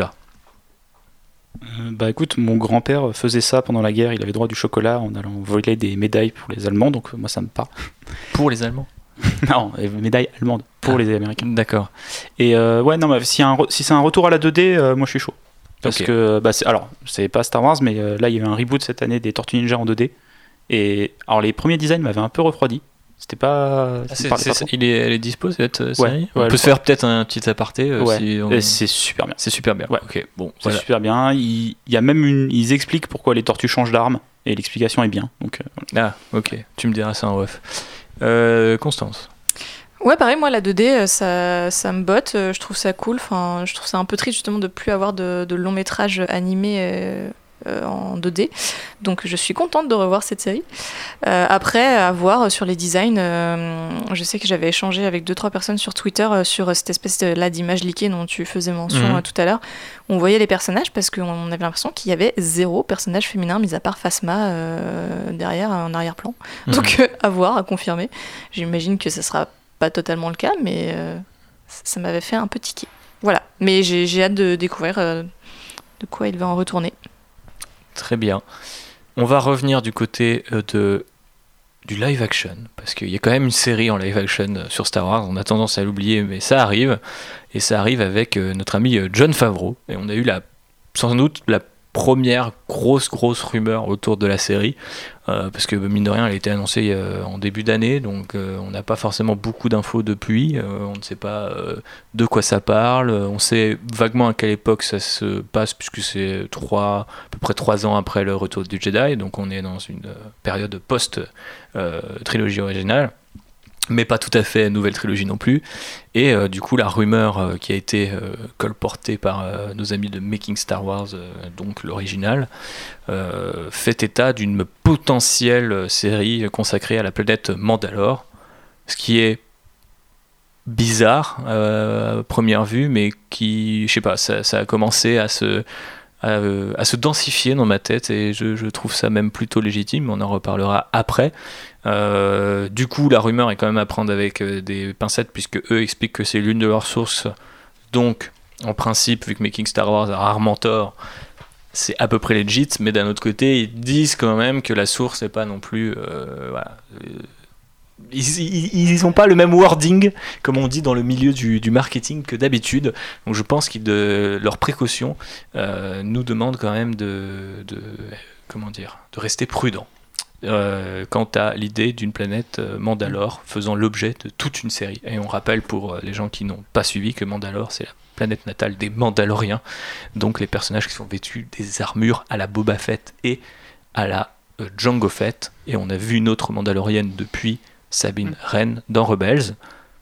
Écoute, mon grand-père faisait ça pendant la guerre, il avait droit du chocolat en allant voler des médailles pour les Allemands, donc moi ça me parle. Pour les Allemands ? Non, les médailles allemandes pour les Américains. D'accord. Et si c'est un retour à la 2D, moi je suis chaud. Parce que, c'est pas Star Wars, mais là il y a eu un reboot cette année des Tortues Ninja en 2D. Et alors les premiers designs m'avaient un peu refroidi. C'était pas. Elle est dispo cette série. On peut se faire peut-être un petit aparté. C'est super bien. C'est super bien. Ouais. Ok. Bon. C'est super bien. Il y a même ils expliquent pourquoi les tortues changent d'arme et l'explication est bien. Donc. Ah ok. Tu me diras ça en off. Constance. Ouais, pareil, moi la 2D, ça me botte, je trouve ça cool. Enfin, je trouve ça un peu triste justement de plus avoir de longs métrages animés en 2D. Donc je suis contente de revoir cette série. Après, à voir sur les designs, je sais que j'avais échangé avec 2-3 personnes sur Twitter sur cette espèce d'image leakée dont tu faisais mention tout à l'heure. On voyait les personnages parce qu'on avait l'impression qu'il y avait 0 personnage féminin, mis à part Phasma derrière, en arrière-plan. Donc à voir, à confirmer. J'imagine que ça sera pas totalement le cas, mais ça m'avait fait un peu tiquer. Voilà, mais j'ai hâte de découvrir de quoi il va en retourner. Très bien. On va revenir du côté du live action, parce qu'il y a quand même une série en live action sur Star Wars, on a tendance à l'oublier, mais ça arrive, et ça arrive avec notre ami Jon Favreau, et on a eu sans doute la première grosse rumeur autour de la série, parce que mine de rien elle a été annoncée en début d'année, donc on n'a pas forcément beaucoup d'infos depuis, on ne sait pas de quoi ça parle, on sait vaguement à quelle époque ça se passe, puisque c'est à peu près 3 ans après le retour du Jedi, donc on est dans une période post-trilogie originale, mais pas tout à fait nouvelle trilogie non plus. Et du coup la rumeur qui a été colportée par nos amis de Making Star Wars, donc l'original, fait état d'une potentielle série consacrée à la planète Mandalore, ce qui est bizarre à première vue, mais qui, je sais pas, ça a commencé à se densifier dans ma tête, et je trouve ça même plutôt légitime, on en reparlera après. Du coup la rumeur est quand même à prendre avec des pincettes, puisque eux expliquent que c'est l'une de leurs sources, donc en principe, vu que Making Star Wars a rarement tort, c'est à peu près legit, mais d'un autre côté, ils disent quand même que la source n'est pas non plus... voilà. Ils n'ont pas le même wording, comme on dit dans le milieu du marketing, que d'habitude. Donc je pense que leurs précautions nous demandent quand même de rester prudents quant à l'idée d'une planète Mandalore faisant l'objet de toute une série. Et on rappelle pour les gens qui n'ont pas suivi que Mandalore, c'est la planète natale des Mandaloriens, donc les personnages qui sont vêtus des armures à la Boba Fett et à la Jango Fett. Et on a vu une autre Mandalorienne depuis Sabine Wren dans Rebels,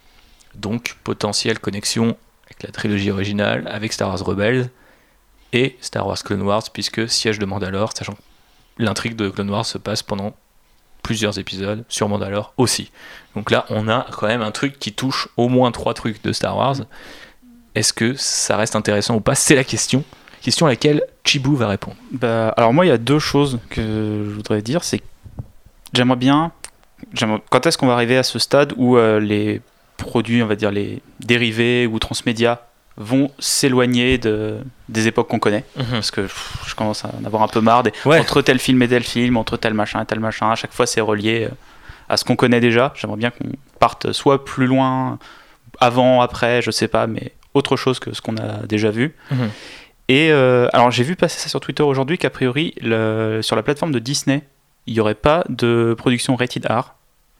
donc potentielle connexion avec la trilogie originale, avec Star Wars Rebels et Star Wars Clone Wars, puisque siège de Mandalore, sachant que l'intrigue de Clone Wars se passe pendant plusieurs épisodes sur Mandalore aussi. Donc là, on a quand même un truc qui touche au moins 3 trucs de Star Wars. Est-ce que ça reste intéressant ou pas ? C'est la question à laquelle Chibou va répondre. Alors moi, il y a 2 choses que je voudrais dire. C'est que j'aimerais bien... Quand est-ce qu'on va arriver à ce stade où les produits, on va dire les dérivés ou transmédia, vont s'éloigner des époques qu'on connaît, parce que je commence à en avoir un peu marre entre tel film et tel film, entre tel machin et tel machin, à chaque fois c'est relié à ce qu'on connaît déjà. J'aimerais bien qu'on parte soit plus loin, avant, après, je sais pas, mais autre chose que ce qu'on a déjà vu. Et alors j'ai vu passer ça sur Twitter aujourd'hui qu'a priori sur la plateforme de Disney, il n'y aurait pas de production rated R.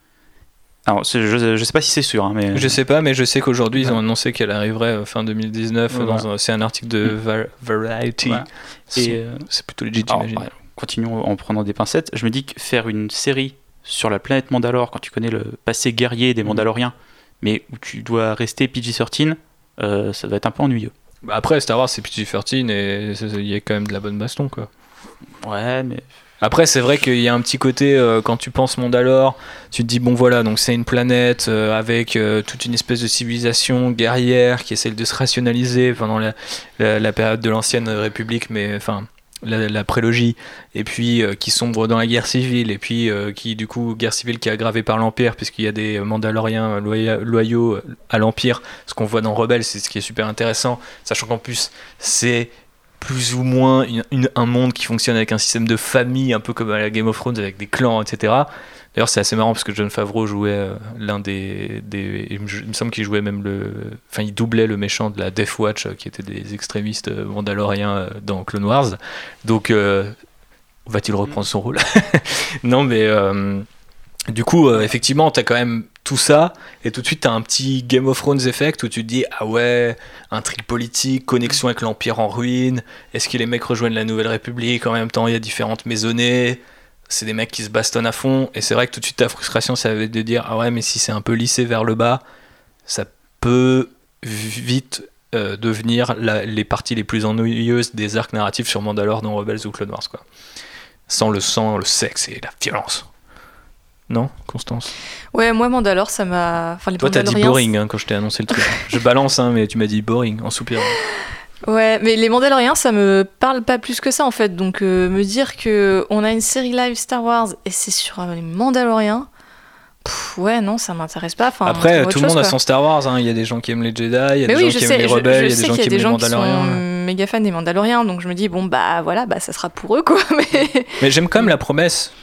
Alors, je sais pas si c'est sûr, hein, mais... Je sais pas, mais je sais qu'aujourd'hui, ils ont annoncé qu'elle arriverait fin 2019. C'est un article de Variety. Voilà. Et c'est plutôt legit, j'imagine. Continuons en prenant des pincettes. Je me dis que faire une série sur la planète Mandalore, quand tu connais le passé guerrier des Mandaloriens, mais où tu dois rester PG-13, ça doit être un peu ennuyeux. Bah après, Star Wars, c'est PG-13 et il y a quand même de la bonne baston, quoi. Ouais, mais... Après, c'est vrai qu'il y a un petit côté, quand tu penses Mandalore, tu te dis, bon voilà, donc c'est une planète avec toute une espèce de civilisation guerrière qui essaie de se rationaliser pendant la période de l'ancienne République, mais enfin, la prélogie, et puis qui sombre dans la guerre civile, et puis qui, du coup, guerre civile qui est aggravée par l'Empire, puisqu'il y a des Mandaloriens loyaux à l'Empire. Ce qu'on voit dans Rebels, c'est ce qui est super intéressant, sachant qu'en plus, c'est plus ou moins un monde qui fonctionne avec un système de famille, un peu comme à la Game of Thrones, avec des clans, etc. D'ailleurs, c'est assez marrant parce que Jon Favreau jouait l'un des... Il me semble qu'il jouait même Enfin, il doublait le méchant de la Death Watch, qui était des extrémistes mandaloriens dans Clone Wars. Donc, va-t-il reprendre son rôle ? Non, mais... Du coup, effectivement, t'as quand même tout ça, et tout de suite t'as un petit Game of Thrones effect où tu te dis, ah ouais, intrigue politique, connexion avec l'Empire en ruine, est-ce que les mecs rejoignent la Nouvelle République, en même temps il y a différentes maisonnées, c'est des mecs qui se bastonnent à fond, et c'est vrai que tout de suite ta frustration, ça va être de dire, ah ouais, mais si c'est un peu lissé vers le bas, ça peut vite devenir les parties les plus ennuyeuses des arcs narratifs sur Mandalore dans Rebels ou Clone Wars, quoi. Sans le sang, le sexe et la violence. Non, Constance ? Ouais, moi Mandalore, ça m'a... Enfin, toi, t'as dit boring quand je t'ai annoncé le truc. Je balance, mais tu m'as dit boring en soupirant. Ouais, mais les Mandaloriens, ça me parle pas plus que ça en fait. Donc me dire que on a une série live Star Wars et c'est sur les Mandaloriens, ouais, non, ça m'intéresse pas. Enfin, après, tout le monde a son Star Wars. Il y a des gens qui aiment les Jedi, il y a des gens qui aiment les rebelles, il y a des gens qui aiment les Mandaloriens. Je sont méga fans des Mandaloriens, donc je me dis bon bah voilà, bah ça sera pour eux quoi. Mais j'aime quand même la promesse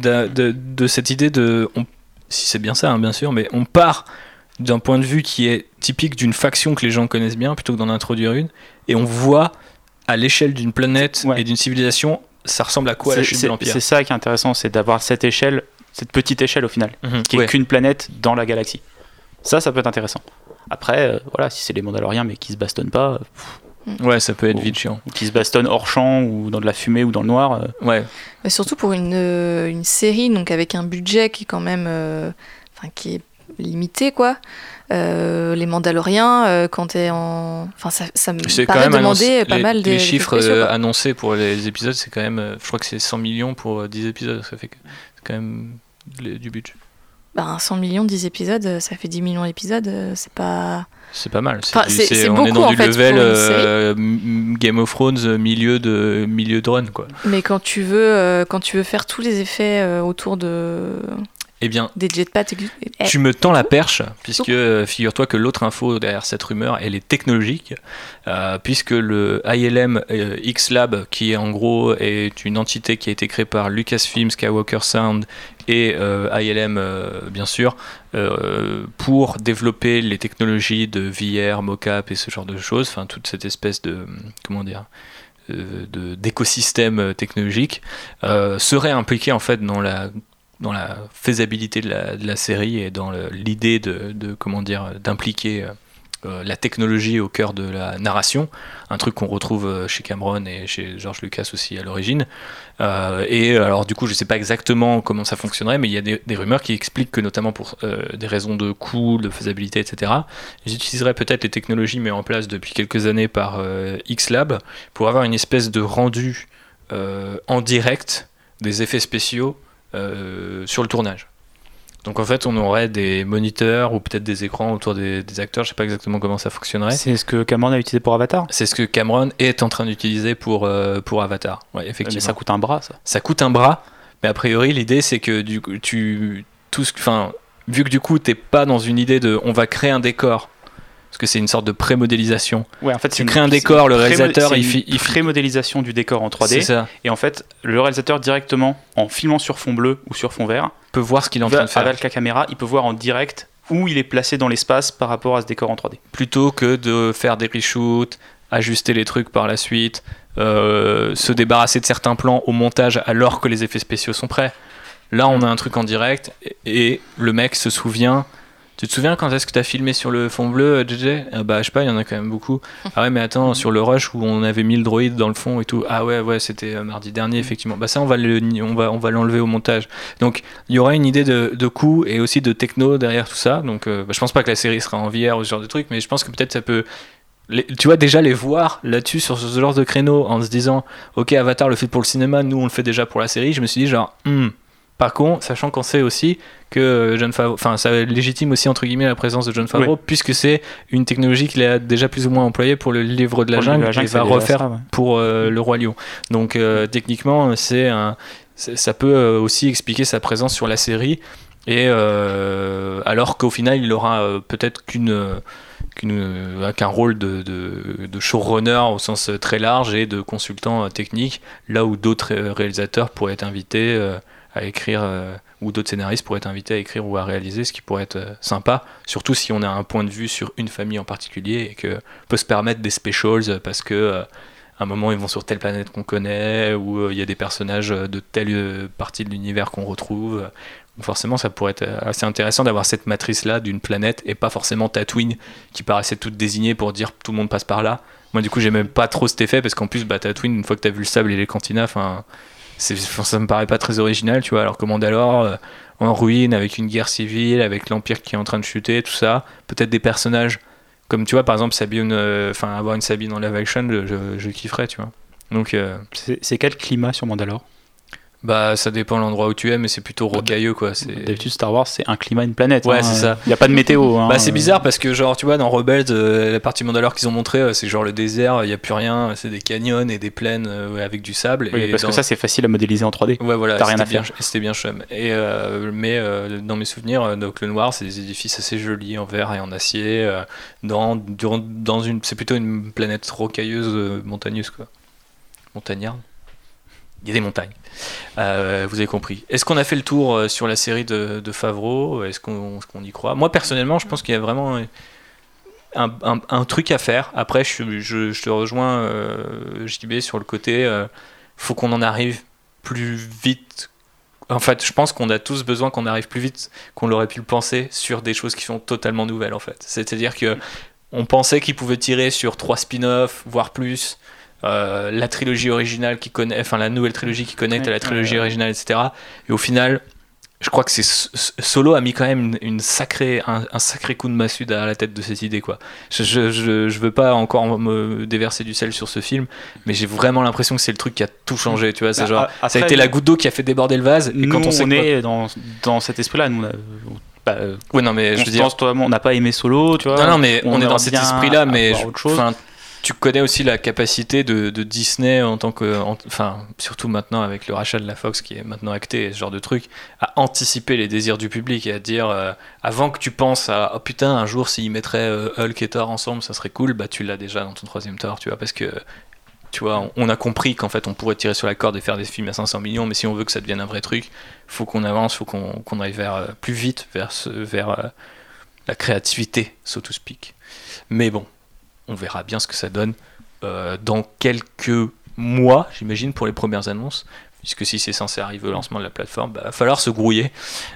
de cette idée si c'est bien ça, hein, bien sûr, mais on part d'un point de vue qui est typique d'une faction que les gens connaissent bien plutôt que d'en introduire une, et on voit à l'échelle d'une planète et d'une civilisation, ça ressemble à quoi à la chute de l'Empire. C'est ça qui est intéressant, c'est d'avoir cette échelle, cette petite échelle au final, qui est qu'une planète dans la galaxie. Ça peut être intéressant. Après, voilà, si c'est les Mandaloriens mais qui se bastonnent pas... Ouais, ça peut être vite chiant. Qui se bastonnent hors champ ou dans de la fumée ou dans le noir. Ouais. Mais surtout pour une série, donc avec un budget qui est quand même, qui est limité quoi. Les Mandaloriens, quand t'es en, ça me paraît demander pas mal les chiffres annoncés pour les épisodes, c'est quand même, je crois que c'est 100 millions pour 10 épisodes, ça fait que c'est quand même du budget. 100 millions, 10 épisodes, ça fait 10 millions d'épisodes, c'est pas... C'est pas mal. C'est on beaucoup, est dans du level pour Game of Thrones milieu de run, quoi. Mais quand tu veux faire tous les effets autour de... Eh bien, des jetpacks. tu me tends la perche, puisque figure-toi que l'autre info derrière cette rumeur, elle est technologique, puisque le ILM X-Lab, qui en gros est une entité qui a été créée par Lucasfilm, Skywalker Sound et ILM bien sûr, pour développer les technologies de VR, mocap et ce genre de choses, enfin toute cette espèce de, comment dire, d'écosystème technologique, serait impliqué en fait dans la faisabilité de la série et dans l'idée de comment dire, d'impliquer la technologie au cœur de la narration, un truc qu'on retrouve chez Cameron et chez George Lucas aussi à l'origine. Et alors du coup je sais pas exactement comment ça fonctionnerait, mais il y a des rumeurs qui expliquent que notamment pour des raisons de coût, de faisabilité, etc., ils utiliseraient peut-être les technologies mises en place depuis quelques années par X-Lab pour avoir une espèce de rendu en direct des effets spéciaux sur le tournage. Donc en fait on aurait des moniteurs ou peut-être des écrans autour des acteurs, je sais pas exactement comment ça fonctionnerait. C'est ce que Cameron a utilisé pour Avatar. C'est ce que Cameron est en train d'utiliser pour Avatar. Ouais, effectivement. Mais ça coûte un bras, ça. Ça coûte un bras, mais a priori l'idée c'est que du coup, vu que du coup t'es pas dans une idée de on va créer un décor, parce que c'est une sorte de pré-modélisation. Ouais, en fait, tu crées un décor, le réalisateur il pré-modélisation du décor en 3D. C'est ça. Et en fait, le réalisateur directement, en filmant sur fond bleu ou sur fond vert, peut voir ce qu'il est en train de faire. Avec la caméra, il peut voir en direct où il est placé dans l'espace par rapport à ce décor en 3D. Plutôt que de faire des reshoots, ajuster les trucs par la suite, se débarrasser de certains plans au montage alors que les effets spéciaux sont prêts. Là, on a un truc en direct et le mec se souvient. Tu te souviens quand est-ce que t'as filmé sur le fond bleu, JJ ? Bah je sais pas, il y en a quand même beaucoup. Ah ouais, mais attends, sur le rush où on avait mis le droïde dans le fond et tout. Ah ouais, c'était mardi dernier effectivement. Bah ça on va l'enlever au montage. Donc il y aura une idée de coût et aussi de techno derrière tout ça. Donc je pense pas que la série sera en VR ou ce genre de truc, mais je pense que peut-être ça peut. Tu vois déjà les voir là-dessus sur ce genre de créneau en se disant ok, Avatar le fait pour le cinéma, nous on le fait déjà pour la série. Je me suis dit genre par contre, sachant qu'on sait aussi que Jon Favreau, enfin ça légitime aussi entre guillemets la présence de Jon Favreau, puisque c'est une technologie qu'il a déjà plus ou moins employée pour le livre de la jungle et va refaire pour le Roi Lion. Donc techniquement ça peut aussi expliquer sa présence sur la série, et alors qu'au final il aura peut-être qu'un rôle de showrunner au sens très large et de consultant technique, là où d'autres réalisateurs pourraient être invités à écrire, ou d'autres scénaristes pourraient être invités à écrire ou à réaliser, ce qui pourrait être sympa, surtout si on a un point de vue sur une famille en particulier et que peut se permettre des specials parce que à un moment ils vont sur telle planète qu'on connaît, ou il y a des personnages de telle partie de l'univers qu'on retrouve. Donc forcément ça pourrait être assez intéressant d'avoir cette matrice là d'une planète et pas forcément Tatooine qui paraissait toute désignée pour dire tout le monde passe par là. Moi du coup j'ai même pas trop cet effet, parce qu'en plus Tatooine, une fois que t'as vu le sable et les cantinas, ça me paraît pas très original, tu vois, alors que Mandalore en ruine, avec une guerre civile, avec l'Empire qui est en train de chuter, tout ça, peut-être des personnages comme, tu vois, par exemple Sabine, avoir une Sabine en live action, je kifferais, tu vois. Donc c'est quel climat sur Mandalore ? Bah ça dépend de l'endroit où tu es, mais c'est plutôt rocailleux quoi. D'habitude Star Wars c'est un climat, une planète. Ouais, c'est ça. Il y a pas de météo. Bah c'est bizarre parce que genre tu vois dans Rebels, la partie Mandalore qu'ils ont montré, c'est genre le désert, il y a plus rien, c'est des canyons et des plaines avec du sable. Oui, et parce que ça c'est facile à modéliser en 3D. Ouais voilà. T'as rien à faire. C'était bien chum. Et mais dans mes souvenirs, donc le noir c'est des édifices assez jolis en verre et en acier, c'est plutôt une planète rocailleuse, montagneuse quoi. Montagnarde. Il y a des montagnes. Vous avez compris. Est-ce qu'on a fait le tour sur la série de Favreau ? Est-ce qu'on y croit ? Moi, personnellement, je pense qu'il y a vraiment un truc à faire. Après, je te rejoins, JB, sur le côté faut qu'on en arrive plus vite. En fait, je pense qu'on a tous besoin qu'on arrive plus vite qu'on l'aurait pu le penser sur des choses qui sont totalement nouvelles, en fait. C'est-à-dire qu'on pensait qu'ils pouvaient tirer sur 3 spin-offs, voire plus. La trilogie originale la nouvelle trilogie qui connecte à la trilogie originale, etc. Et au final, je crois que Solo a mis quand même un sacré coup de massue derrière la tête de cette idée, quoi. Je veux pas encore me déverser du sel sur ce film, mais j'ai vraiment l'impression que c'est le truc qui a tout changé, tu vois. C'est genre, après, ça a été la goutte d'eau qui a fait déborder le vase. Et quand on est dans cet esprit-là, nous. Ouais, non, mais je veux dire, toi, on n'a pas aimé Solo, tu vois. Non, mais on est dans cet esprit-là, mais Tu connais aussi la capacité de Disney en tant que, enfin surtout maintenant avec le rachat de la Fox qui est maintenant acté, et ce genre de truc, à anticiper les désirs du public et à dire avant que tu penses à oh putain un jour s'ils mettraient Hulk et Thor ensemble ça serait cool, bah tu l'as déjà dans ton troisième Thor, tu vois, parce que tu vois on a compris qu'en fait on pourrait tirer sur la corde et faire des films à 500 millions, mais si on veut que ça devienne un vrai truc, faut qu'on avance, faut qu'on aille vers plus vite vers la créativité, so to speak. Mais bon, on verra bien ce que ça donne dans quelques mois, j'imagine, pour les premières annonces, puisque si c'est censé arriver au lancement de la plateforme, bah, va falloir se grouiller.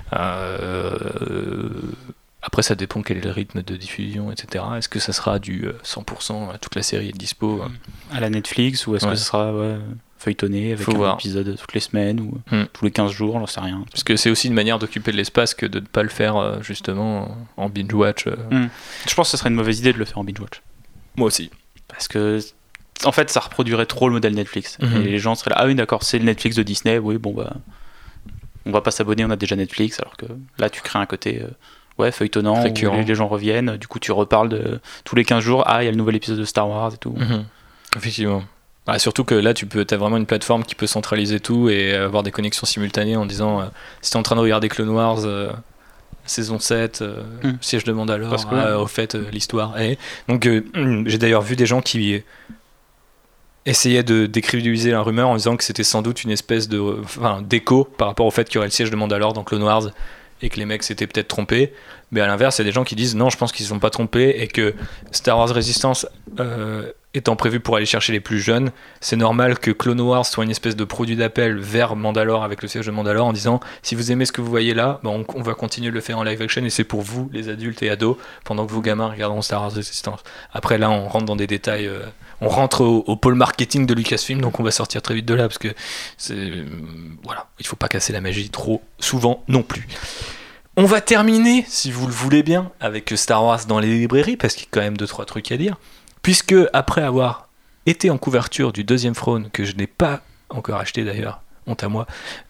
Après, ça dépend quel est le rythme de diffusion, etc. Est-ce que ça sera du 100%, toute la série est dispo à la Netflix, ou est-ce que ça sera feuilletonné avec un épisode toutes les semaines ou tous les 15 jours, j'en sais rien. Parce que c'est aussi une manière d'occuper de l'espace que de ne pas le faire justement en binge-watch. Je pense que ce serait une mauvaise idée de le faire en binge-watch. Moi aussi. Parce que, en fait, ça reproduirait trop le modèle Netflix. Et les gens seraient là, ah oui, d'accord, c'est le Netflix de Disney, oui, bon, bah, on va pas s'abonner, on a déjà Netflix, alors que là, tu crées un côté feuilletonnant, où les gens reviennent, du coup, tu reparles de tous les 15 jours, il y a le nouvel épisode de Star Wars et tout. Effectivement. Bah, surtout que là, t'as vraiment une plateforme qui peut centraliser tout et avoir des connexions simultanées en disant si t'es en train de regarder Clone Wars saison 7, Siège de Mandalore, au fait, l'histoire est. Donc, j'ai d'ailleurs vu des gens qui essayaient de décrédibiliser la rumeur en disant que c'était sans doute une espèce d'écho par rapport au fait qu'il y aurait le Siège de Mandalore dans Clone Wars et que les mecs s'étaient peut-être trompés. Mais à l'inverse, il y a des gens qui disent non, je pense qu'ils ne sont pas trompés et que Star Wars Resistance étant prévu pour aller chercher les plus jeunes, c'est normal que Clone Wars soit une espèce de produit d'appel vers Mandalore avec le Siège de Mandalore en disant si vous aimez ce que vous voyez là, on va continuer de le faire en live action et c'est pour vous, les adultes et ados, pendant que vos gamins regarderont Star Wars Resistance. Après là, on rentre dans des détails, on rentre au pôle marketing de Lucasfilm, donc on va sortir très vite de là parce que voilà, il faut pas casser la magie trop souvent non plus. On va terminer, si vous le voulez bien, avec Star Wars dans les librairies, parce qu'il y a quand même 2-3 trucs à dire. Puisque, après avoir été en couverture du deuxième Throne, que je n'ai pas encore acheté d'ailleurs, honte à moi,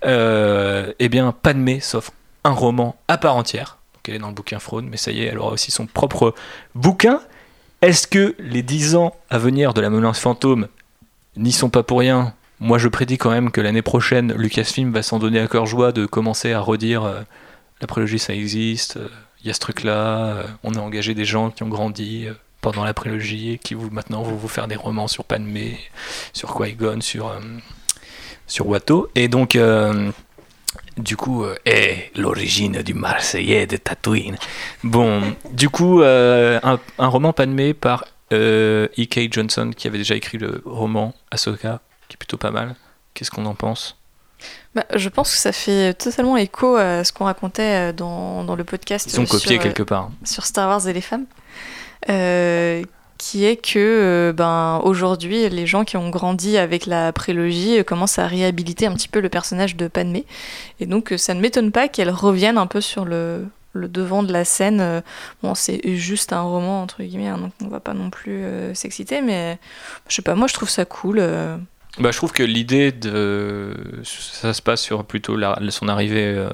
eh bien, Padmé s'offre un roman à part entière. Donc, elle est dans le bouquin Throne, mais ça y est, elle aura aussi son propre bouquin. Est-ce que les 10 ans à venir de la menace fantôme n'y sont pas pour rien ? Moi, je prédis quand même que l'année prochaine, Lucasfilm va s'en donner à cœur joie de commencer à redire la prélogie, ça existe, il y a ce truc-là, on a engagé des gens qui ont grandi pendant la prélogie et qui maintenant vont vous faire des romans sur Padmé, sur Qui-Gon, sur Watto. Et donc, du coup, l'origine du Marseillais de Tatooine. Bon, du coup, un roman Padmé par E.K. Johnson, qui avait déjà écrit le roman Ahsoka, qui est plutôt pas mal. Qu'est-ce qu'on en pense ? Je pense que ça fait totalement écho à ce qu'on racontait dans le podcast. Ils ont copié quelque part. Sur Star Wars et les femmes. Qui est que aujourd'hui, les gens qui ont grandi avec la prélogie commencent à réhabiliter un petit peu le personnage de Padmé. Et donc, ça ne m'étonne pas qu'elle revienne un peu sur le devant de la scène. Bon, c'est juste un roman, entre guillemets, donc on ne va pas non plus s'exciter, mais je sais pas, moi je trouve ça cool. Je trouve que l'idée ça se passe sur plutôt son arrivée,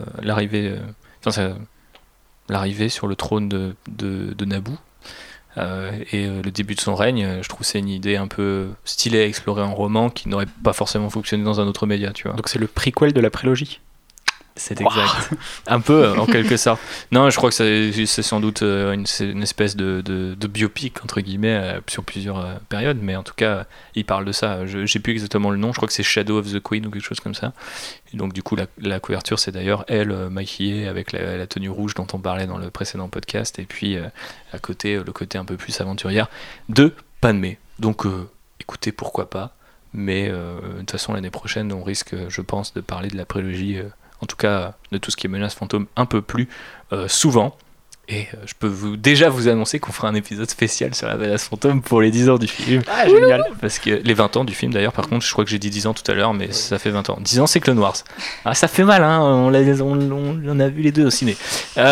l'arrivée sur le trône de Naboo et le début de son règne. Je trouve que c'est une idée un peu stylée à explorer en roman qui n'aurait pas forcément fonctionné dans un autre média, tu vois. Donc c'est le prequel de la prélogie. C'est exact. Un peu, en quelque sorte. Non, je crois que c'est sans doute une espèce de biopic, entre guillemets, sur plusieurs périodes, mais en tout cas, il parle de ça. J'ai plus exactement le nom, je crois que c'est Shadow of the Queen ou quelque chose comme ça. Et donc, du coup, la couverture, c'est d'ailleurs elle, maquillée avec la tenue rouge dont on parlait dans le précédent podcast, et puis à côté, le côté un peu plus aventurière de Padmé. Donc, écoutez, pourquoi pas, mais de toute façon, l'année prochaine, on risque, je pense, de parler de la prélogie. En tout cas de tout ce qui est menace fantôme un peu plus souvent. Et je peux déjà vous annoncer qu'on fera un épisode spécial sur la menace fantôme pour les 10 ans du film. Ah, génial. Parce que les 20 ans du film d'ailleurs, par contre, je crois que j'ai dit 10 ans tout à l'heure, mais ça fait 20 ans. 10 ans, c'est Clone Wars. Ah, ça fait mal, hein, on a vu les deux au ciné.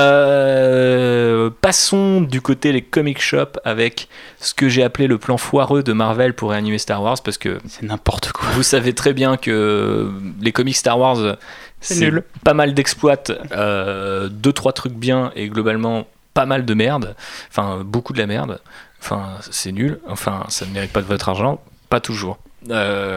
Passons du côté des comic shops avec ce que j'ai appelé le plan foireux de Marvel pour réanimer Star Wars, parce que c'est n'importe quoi. Vous savez très bien que les comics Star Wars, c'est nul. Pas mal d'exploits, 2-3 trucs bien et globalement pas mal de merde, enfin beaucoup de la merde, enfin c'est nul, enfin ça ne mérite pas de votre argent, pas toujours. Il y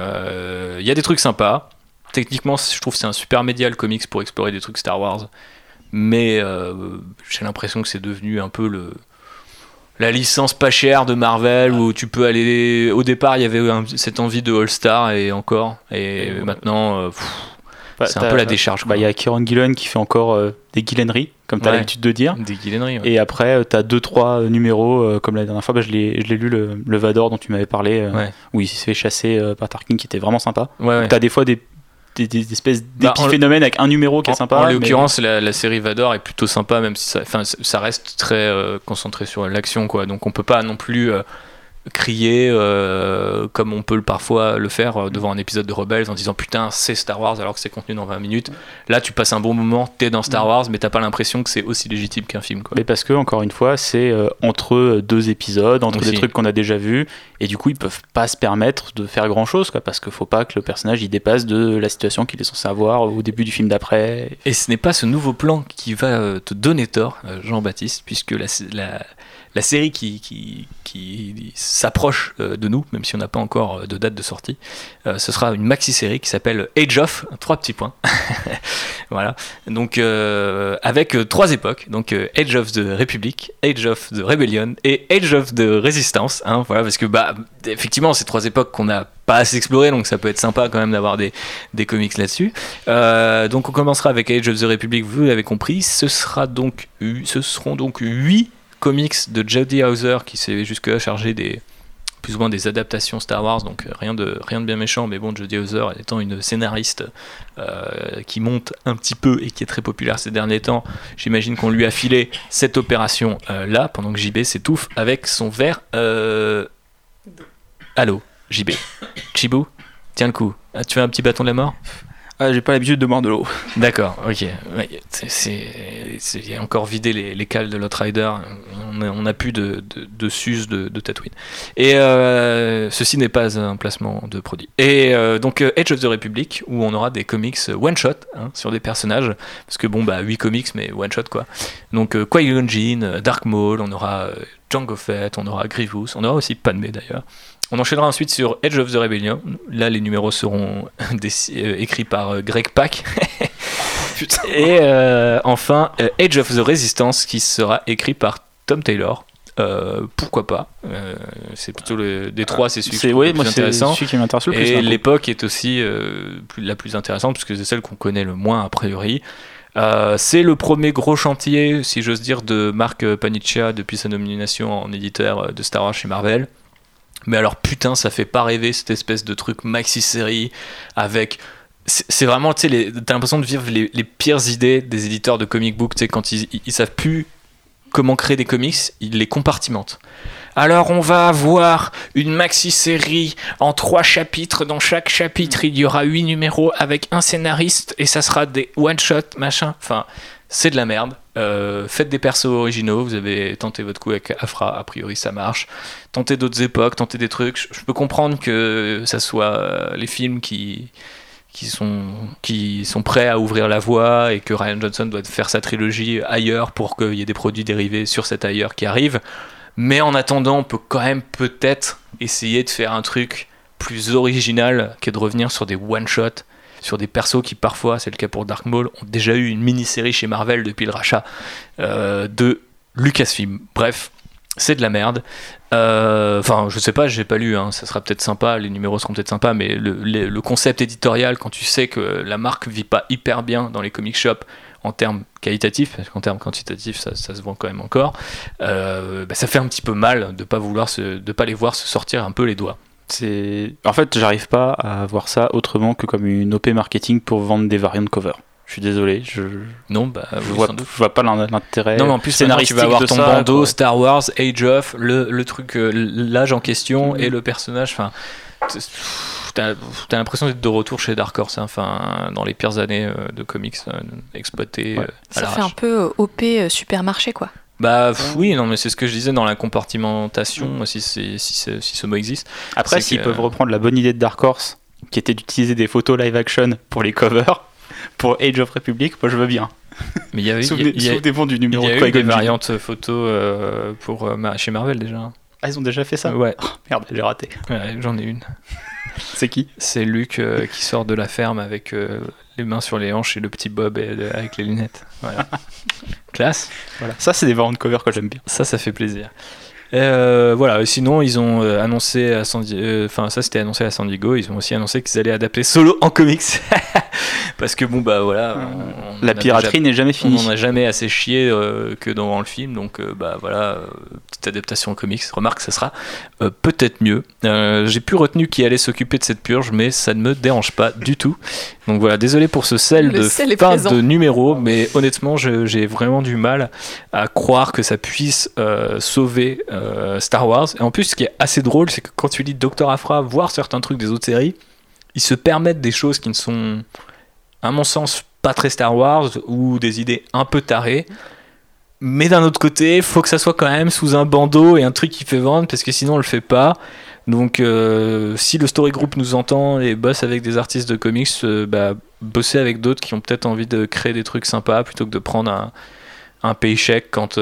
a des trucs sympas, techniquement je trouve que c'est un super média le comics pour explorer des trucs Star Wars, mais j'ai l'impression que c'est devenu un peu la licence pas chère de Marvel où tu peux aller. Au départ, il y avait cette envie de All-Star et encore. Et maintenant, c'est un peu la décharge. Il y a Kieron Gillen qui fait encore des Gillenry, comme tu as l'habitude de dire. Des Gillenry, ouais. Et après, tu as 2-3 numéros, comme la dernière fois, je l'ai lu, le Vador dont tu m'avais parlé, où il s'est fait chasser par Tarkin, qui était vraiment sympa. Ouais. Tu as des fois des espèces d'épiphénomènes avec un numéro qui est sympa. En l'occurrence, la série Vador est plutôt sympa, même si ça reste très concentré sur l'action, quoi. Donc on peut pas non plus crier comme on peut parfois le faire devant un épisode de Rebels en disant putain c'est Star Wars alors que c'est contenu dans 20 minutes. Là tu passes un bon moment, t'es dans Star Wars mais t'as pas l'impression que c'est aussi légitime qu'un film, quoi. Mais parce que encore une fois c'est entre deux épisodes, entre des trucs qu'on a déjà vus, et du coup ils peuvent pas se permettre de faire grand chose, quoi, parce qu'il faut pas que le personnage il dépasse de la situation qu'il est censé avoir au début du film d'après. Et ce n'est pas ce nouveau plan qui va te donner tort, Jean-Baptiste, puisque la série qui s'approche de nous, même si on n'a pas encore de date de sortie, ce sera une maxi-série qui s'appelle Age of, 3 petits points. Voilà. Donc, avec 3 époques, donc Age of the Republic, Age of the Rebellion et Age of the Resistance. Hein, voilà, parce que, effectivement, c'est 3 époques qu'on n'a pas assez explorées, donc ça peut être sympa quand même d'avoir des comics là-dessus. Donc, on commencera avec Age of the Republic, vous l'avez compris. Ce seront donc 8 comics de Jody Houser qui s'est jusque-là chargé plus ou moins des adaptations Star Wars, donc rien de bien méchant, mais bon, Jody Houser étant une scénariste qui monte un petit peu et qui est très populaire ces derniers temps, j'imagine qu'on lui a filé cette opération là, pendant que JB s'étouffe avec son verre. Allô, JB. Chibou, tiens le coup. Ah, tu veux un petit bâton de la mort? J'ai pas l'habitude de boire de l'eau. D'accord, ok. Ouais, il a encore vidé les cales de l'Outrider. On n'a plus de Suze de Tatooine. Et ceci n'est pas un placement de produit. Et donc Age of the Republic, où on aura des comics one-shot sur des personnages. Parce que 8 comics, mais one-shot quoi. Donc Qui-Gon Jinn, Dark Maul, on aura Jango Fett, on aura Grievous, on aura aussi Padmé d'ailleurs. On enchaînera ensuite sur Age of the Rebellion. Là, les numéros seront écrits par Greg Pak. Et enfin, Age of the Resistance, qui sera écrit par Tom Taylor. Pourquoi pas, c'est plutôt des 3, c'est celui qui est le plus intéressant. C'est celui qui m'intéresse le plus. Et l'époque est aussi la plus intéressante, puisque c'est celle qu'on connaît le moins a priori. C'est le premier gros chantier, si j'ose dire, de Mark Paniccia depuis sa nomination en éditeur de Star Wars chez Marvel. Mais alors putain, ça fait pas rêver cette espèce de truc maxi-série avec... C'est vraiment, tu sais, t'as l'impression de vivre les pires idées des éditeurs de comic book, tu sais, quand ils savent plus comment créer des comics, ils les compartimentent. Alors on va avoir une maxi-série en 3 chapitres, dans chaque chapitre il y aura 8 numéros avec un scénariste et ça sera des one-shot, machin, enfin... C'est de la merde. Faites des persos originaux. Vous avez tenté votre coup avec Afra, a priori ça marche. Tentez d'autres époques, tentez des trucs. Je peux comprendre que ça soit les films qui sont prêts à ouvrir la voie et que Rian Johnson doit faire sa trilogie ailleurs pour qu'il y ait des produits dérivés sur cet ailleurs qui arrive. Mais en attendant, on peut quand même peut-être essayer de faire un truc plus original que de revenir sur des one-shots, sur des persos qui parfois, c'est le cas pour Dark Maul, ont déjà eu une mini-série chez Marvel depuis le rachat de Lucasfilm. Bref, c'est de la merde. Enfin, je sais pas, j'ai pas lu, ça sera peut-être sympa, les numéros seront peut-être sympas, mais le concept éditorial, quand tu sais que la marque vit pas hyper bien dans les comic shops en termes qualitatifs, parce qu'en termes quantitatifs, ça se vend quand même encore, ça fait un petit peu mal de pas les voir se sortir un peu les doigts. En fait, j'arrive pas à voir ça autrement que comme une OP marketing pour vendre des variants de cover. Je suis désolé, je vois pas l'intérêt. Non, mais en plus, tu vas avoir ton bandeau quoi. Star Wars, Age of, le truc, l'âge en question et le personnage. Enfin, t'as l'impression d'être de retour chez Dark Horse, dans les pires années de comics exploités. Ça fait un peu OP supermarché, quoi. Oui, non, mais c'est ce que je disais dans la compartimentation, si ce mot existe. Après, s'ils peuvent reprendre la bonne idée de Dark Horse, qui était d'utiliser des photos live action pour les covers, pour Age of Republic, moi je veux bien. Mais il y avait Souvenez-vous du numéro il y de a eu Qui-Gon des Jinn. variantes photo pour chez Marvel déjà. Ah, ils ont déjà fait ça? Ouais. Oh, merde, j'ai raté. Ouais, j'en ai une. C'est qui? C'est Luke qui sort de la ferme avec les mains sur les hanches et le petit Bob avec les lunettes. Voilà. Classe. Voilà. Ça, c'est des variantes cover que j'aime bien. Ça fait plaisir. Voilà, sinon ils ont annoncé à ça c'était annoncé à San Diego, ils ont aussi annoncé qu'ils allaient adapter Solo en comics. Parce que bon bah voilà, La piraterie n'est jamais finie. On n'en a jamais assez chié que dans le film, donc bah voilà, petite adaptation en comics. Remarque, ça sera peut-être mieux. J'ai plus retenu qui allait s'occuper de cette purge, mais ça ne me dérange pas du tout. Donc voilà, désolé pour ce sel de fin de numéro, mais honnêtement, j'ai vraiment du mal à croire que ça puisse sauver Star Wars. Et en plus, ce qui est assez drôle, c'est que quand tu lis Dr. Aphra, voir certains trucs des autres séries, ils se permettent des choses qui ne sont, à mon sens, pas très Star Wars ou des idées un peu tarées. Mais d'un autre côté, il faut que ça soit quand même sous un bandeau et un truc qui fait vendre, parce que sinon on le fait pas. Donc si le Story Group nous entend et bosse avec des artistes de comics, bosser avec d'autres qui ont peut-être envie de créer des trucs sympas plutôt que de prendre un paycheck quand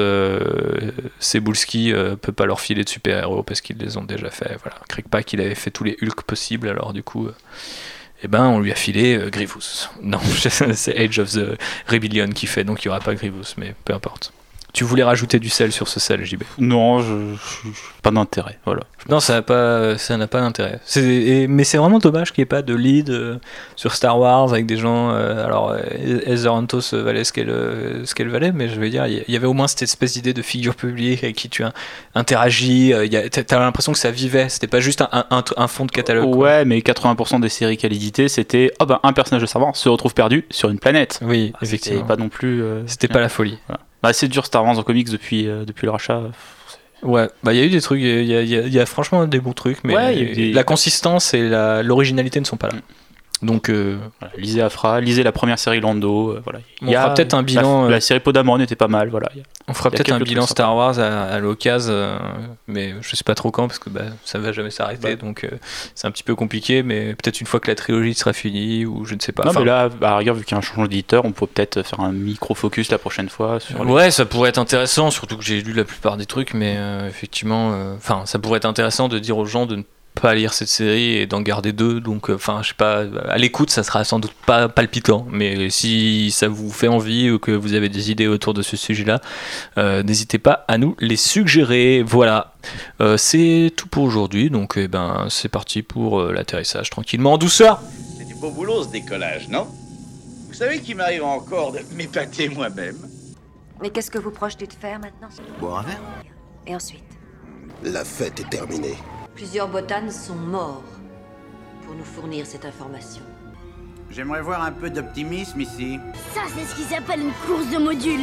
Cebulski peut pas leur filer de super-héros parce qu'ils les ont déjà fait. Voilà. Craig Pack, il avait fait tous les Hulk possibles, alors du coup on lui a filé Grievous. Non, c'est Age of the Rebellion qui fait, donc il n'y aura pas Grievous, mais peu importe. Tu voulais rajouter du sel sur ce sel, JB? Non, pas d'intérêt, voilà. Non, ça n'a pas d'intérêt. Mais c'est vraiment dommage qu'il n'y ait pas de lead sur Star Wars avec des gens. Alors, Heather Antos valait ce qu'elle valait, mais je veux dire, il y avait au moins cette espèce d'idée de figure publique avec qui tu interagis. T'as l'impression que ça vivait. C'était pas juste un fond de catalogue. Ouais, mais 80% des séries qu'elle éditait, c'était un personnage de Star Wars se retrouve perdu sur une planète. Oui, effectivement. C'était pas non plus. C'était pas la folie. Voilà. C'est dur Star Wars en comics depuis le rachat. Ouais, il y a eu des trucs, il y a franchement des bons trucs, mais la consistance et l'originalité ne sont pas là. Donc, voilà, lisez Aphra, lisez la première série Lando. Voilà. On fera peut-être un bilan. La série Podameron était pas mal. Voilà. On fera peut-être un bilan Star Wars à l'occasion, mais je sais pas trop quand parce que ça va jamais s'arrêter, donc c'est un petit peu compliqué. Mais peut-être une fois que la trilogie sera finie ou je ne sais pas. Non, mais là, à rigueur, vu qu'il y a un changement d'éditeur, on pourrait peut-être faire un micro-focus la prochaine fois. Ouais, ça pourrait être intéressant, surtout que j'ai lu la plupart des trucs, mais effectivement, ça pourrait être intéressant de dire aux gens de ne pas lire cette série et d'en garder deux, donc je sais pas, à l'écoute ça sera sans doute pas palpitant, mais si ça vous fait envie ou que vous avez des idées autour de ce sujet là, n'hésitez pas à nous les suggérer. Voilà, c'est tout pour aujourd'hui, donc c'est parti pour l'atterrissage tranquillement en douceur. C'est du beau boulot ce décollage, non? Vous savez qu'il m'arrive encore de m'épater moi-même. Mais qu'est-ce que vous projetez de faire maintenant? Boire un verre? Et ensuite? La fête est terminée. Plusieurs botanes sont morts pour nous fournir cette information. J'aimerais voir un peu d'optimisme ici. Ça, c'est ce qui s'appelle une course de modules.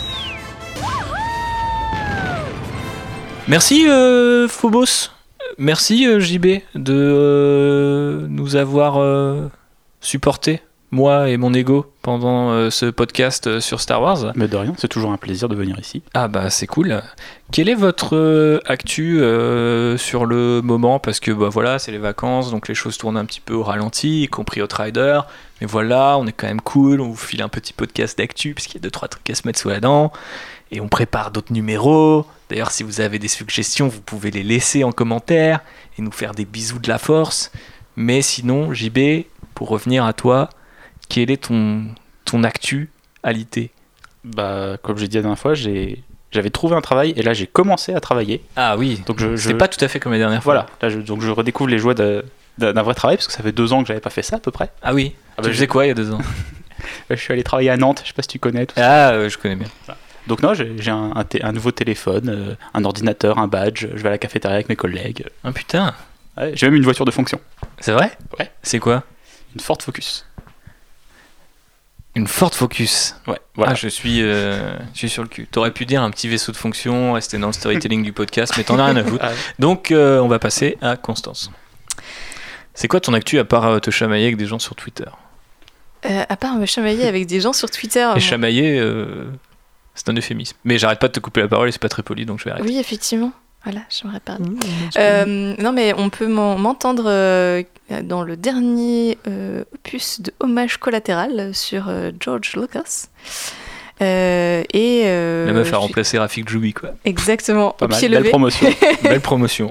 Merci Phobos, merci JB de nous avoir supporté, moi et mon ego, pendant ce podcast sur Star Wars. Mais de rien, c'est toujours un plaisir de venir ici. Ah c'est cool. Quelle est votre actu sur le moment? Parce que voilà, c'est les vacances, donc les choses tournent un petit peu au ralenti, y compris Outrider. Mais voilà, on est quand même cool, on vous file un petit podcast d'actu, parce qu'il y a 2-3 trucs à se mettre sous la dent. Et on prépare d'autres numéros. D'ailleurs, si vous avez des suggestions, vous pouvez les laisser en commentaire et nous faire des bisous de la force. Mais sinon, JB, pour revenir à toi, quelle est ton actualité? Comme j'ai dit la dernière fois, j'avais trouvé un travail et là j'ai commencé à travailler. Ah oui, donc c'est pas tout à fait comme la dernière fois. Voilà, là donc je redécouvre les joies d'un vrai travail parce que ça fait 2 ans que j'avais pas fait ça à peu près. Ah oui, tu faisais quoi il y a 2 ans? Je suis allé travailler à Nantes, je sais pas si tu connais. Je connais bien. Donc non, j'ai un nouveau téléphone, un ordinateur, un badge, je vais à la cafétéria avec mes collègues. Ah putain. Ouais, j'ai même une voiture de fonction. C'est vrai? Ouais. C'est quoi? Une Ford Focus. Une Ford Focus. Ouais, voilà. Ah, je suis sur le cul. T'aurais pu dire un petit vaisseau de fonction, rester dans le storytelling du podcast, mais t'en as rien à foutre. Donc, on va passer à Constance. C'est quoi ton actu à part te chamailler avec des gens sur Twitter? À part me chamailler avec des gens sur Twitter. Et chamailler, c'est un euphémisme. Mais j'arrête pas de te couper la parole et c'est pas très poli, donc je vais arrêter. Oui, effectivement. Voilà, j'aimerais parler. Non, mais on peut m'entendre dans le dernier opus de Hommage collatéral sur George Lucas. La meuf a remplacé Rafik Djoubi, quoi. Exactement, Pas au mal, pied belle levé. promotion. Belle promotion.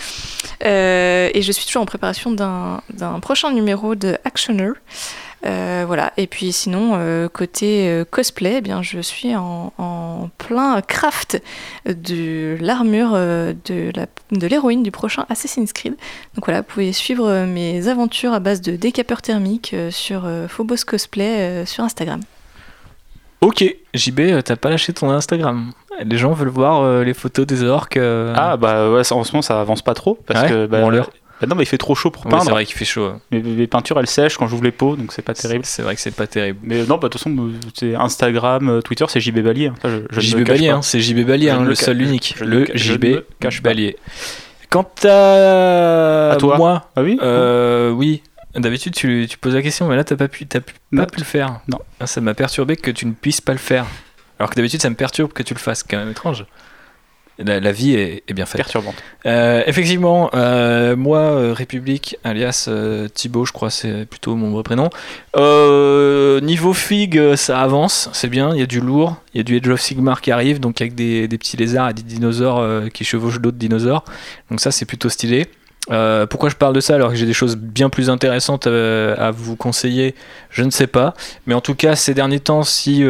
Et je suis toujours en préparation d'un prochain numéro de Actioner. Voilà. Et puis sinon, côté cosplay, eh bien, je suis en plein craft de l'armure de l'héroïne du prochain Assassin's Creed. Donc voilà, vous pouvez suivre mes aventures à base de décapeurs thermiques sur Phobos Cosplay sur Instagram. Ok, JB, t'as pas lâché ton Instagram. Les gens veulent voir les photos des orques. Ah bah ouais, en ce moment ça avance pas trop parce Ouais, que bon, l'heure. non mais il fait trop chaud pour Ouais, peindre. c'est vrai qu'il fait chaud. Mes peintures elles sèchent quand j'ouvre les pots donc c'est pas terrible. C'est vrai que c'est pas terrible. Mais non, bah, de toute façon, c'est Instagram, Twitter, c'est JB Balier. Ça, je ne JB me cache Balier, pas. hein, c'est JB Balier, Je ne hein, me le ca- seul unique. je ne Le me ca- je ne JB me cache pas. Balier. Quant à toi. moi, Ah oui oui. D'habitude, tu poses la question, mais là, t'as pas pu Non. le faire. Non. Ah, ça m'a perturbé que tu ne puisses pas le faire. Alors que d'habitude, ça me perturbe que tu le fasses. Quand même étrange. La vie est bien faite. Perturbante. Effectivement, moi, République, alias Thibaut, je crois, c'est plutôt mon vrai prénom. Niveau FIG, ça avance, c'est bien, il y a du lourd, il y a du Age of Sigmar qui arrive, donc avec des petits lézards et des dinosaures qui chevauchent d'autres dinosaures. Donc ça, c'est plutôt stylé. Pourquoi je parle de ça alors que j'ai des choses bien plus intéressantes à vous conseiller, je ne sais pas. Mais en tout cas, ces derniers temps, si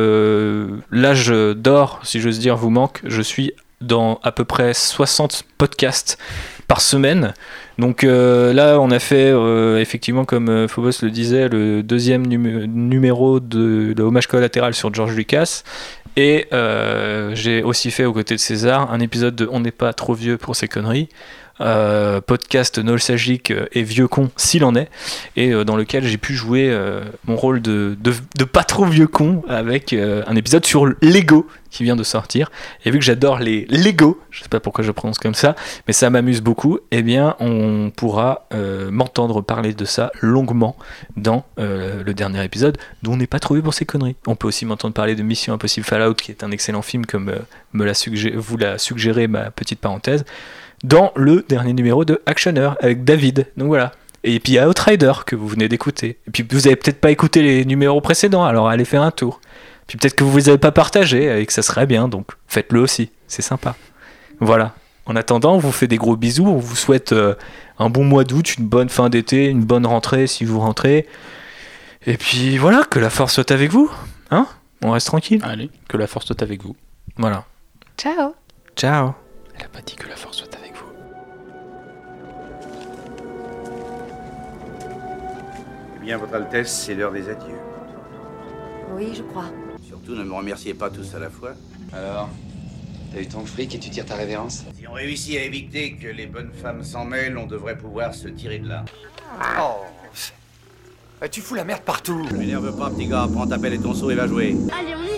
l'âge d'or, si j'ose dire, vous manque, je suis dans à peu près 60 podcasts par semaine. Donc là, on a fait, effectivement, comme Phobos le disait, le deuxième numéro de Hommage collatéral sur George Lucas. Et j'ai aussi fait, aux côtés de César, un épisode de On n'est pas trop vieux pour ces conneries. Podcast nostalgique et vieux con s'il en est, et dans lequel j'ai pu jouer mon rôle de pas trop vieux con avec un épisode sur Lego qui vient de sortir. Et vu que j'adore les Lego, je sais pas pourquoi je prononce comme ça, mais ça m'amuse beaucoup, et bien on pourra m'entendre parler de ça longuement dans le dernier épisode dont on n'est pas trop vieux pour ces conneries. On peut aussi m'entendre parler de Mission Impossible Fallout, qui est un excellent film comme vous l'a suggéré ma petite parenthèse, dans le dernier numéro de Actioner avec David. Donc voilà. Et puis il y a Outrider que vous venez d'écouter. Et puis vous avez peut-être pas écouté les numéros précédents, alors allez faire un tour. Puis peut-être que vous les avez pas partagés et que ça serait bien, donc faites-le aussi, c'est sympa. Voilà. En attendant, on vous fait des gros bisous, on vous souhaite un bon mois d'août, une bonne fin d'été, une bonne rentrée si vous rentrez. Et puis voilà, que la force soit avec vous. Hein ? On reste tranquille. Allez, que la force soit avec vous. Voilà. Ciao. Ciao. Elle a pas dit que la force soit avec vous. Eh bien, Votre Altesse, c'est l'heure des adieux. Oui, je crois. Surtout, ne me remerciez pas tous à la fois. Alors, t'as eu ton fric et tu tires ta révérence? Si on réussit à éviter que les bonnes femmes s'en mêlent, on devrait pouvoir se tirer de là. Oh. Tu fous la merde partout. Ne m'énerve pas, petit gars. Prends ta pelle et ton seau et va jouer. Allez, on y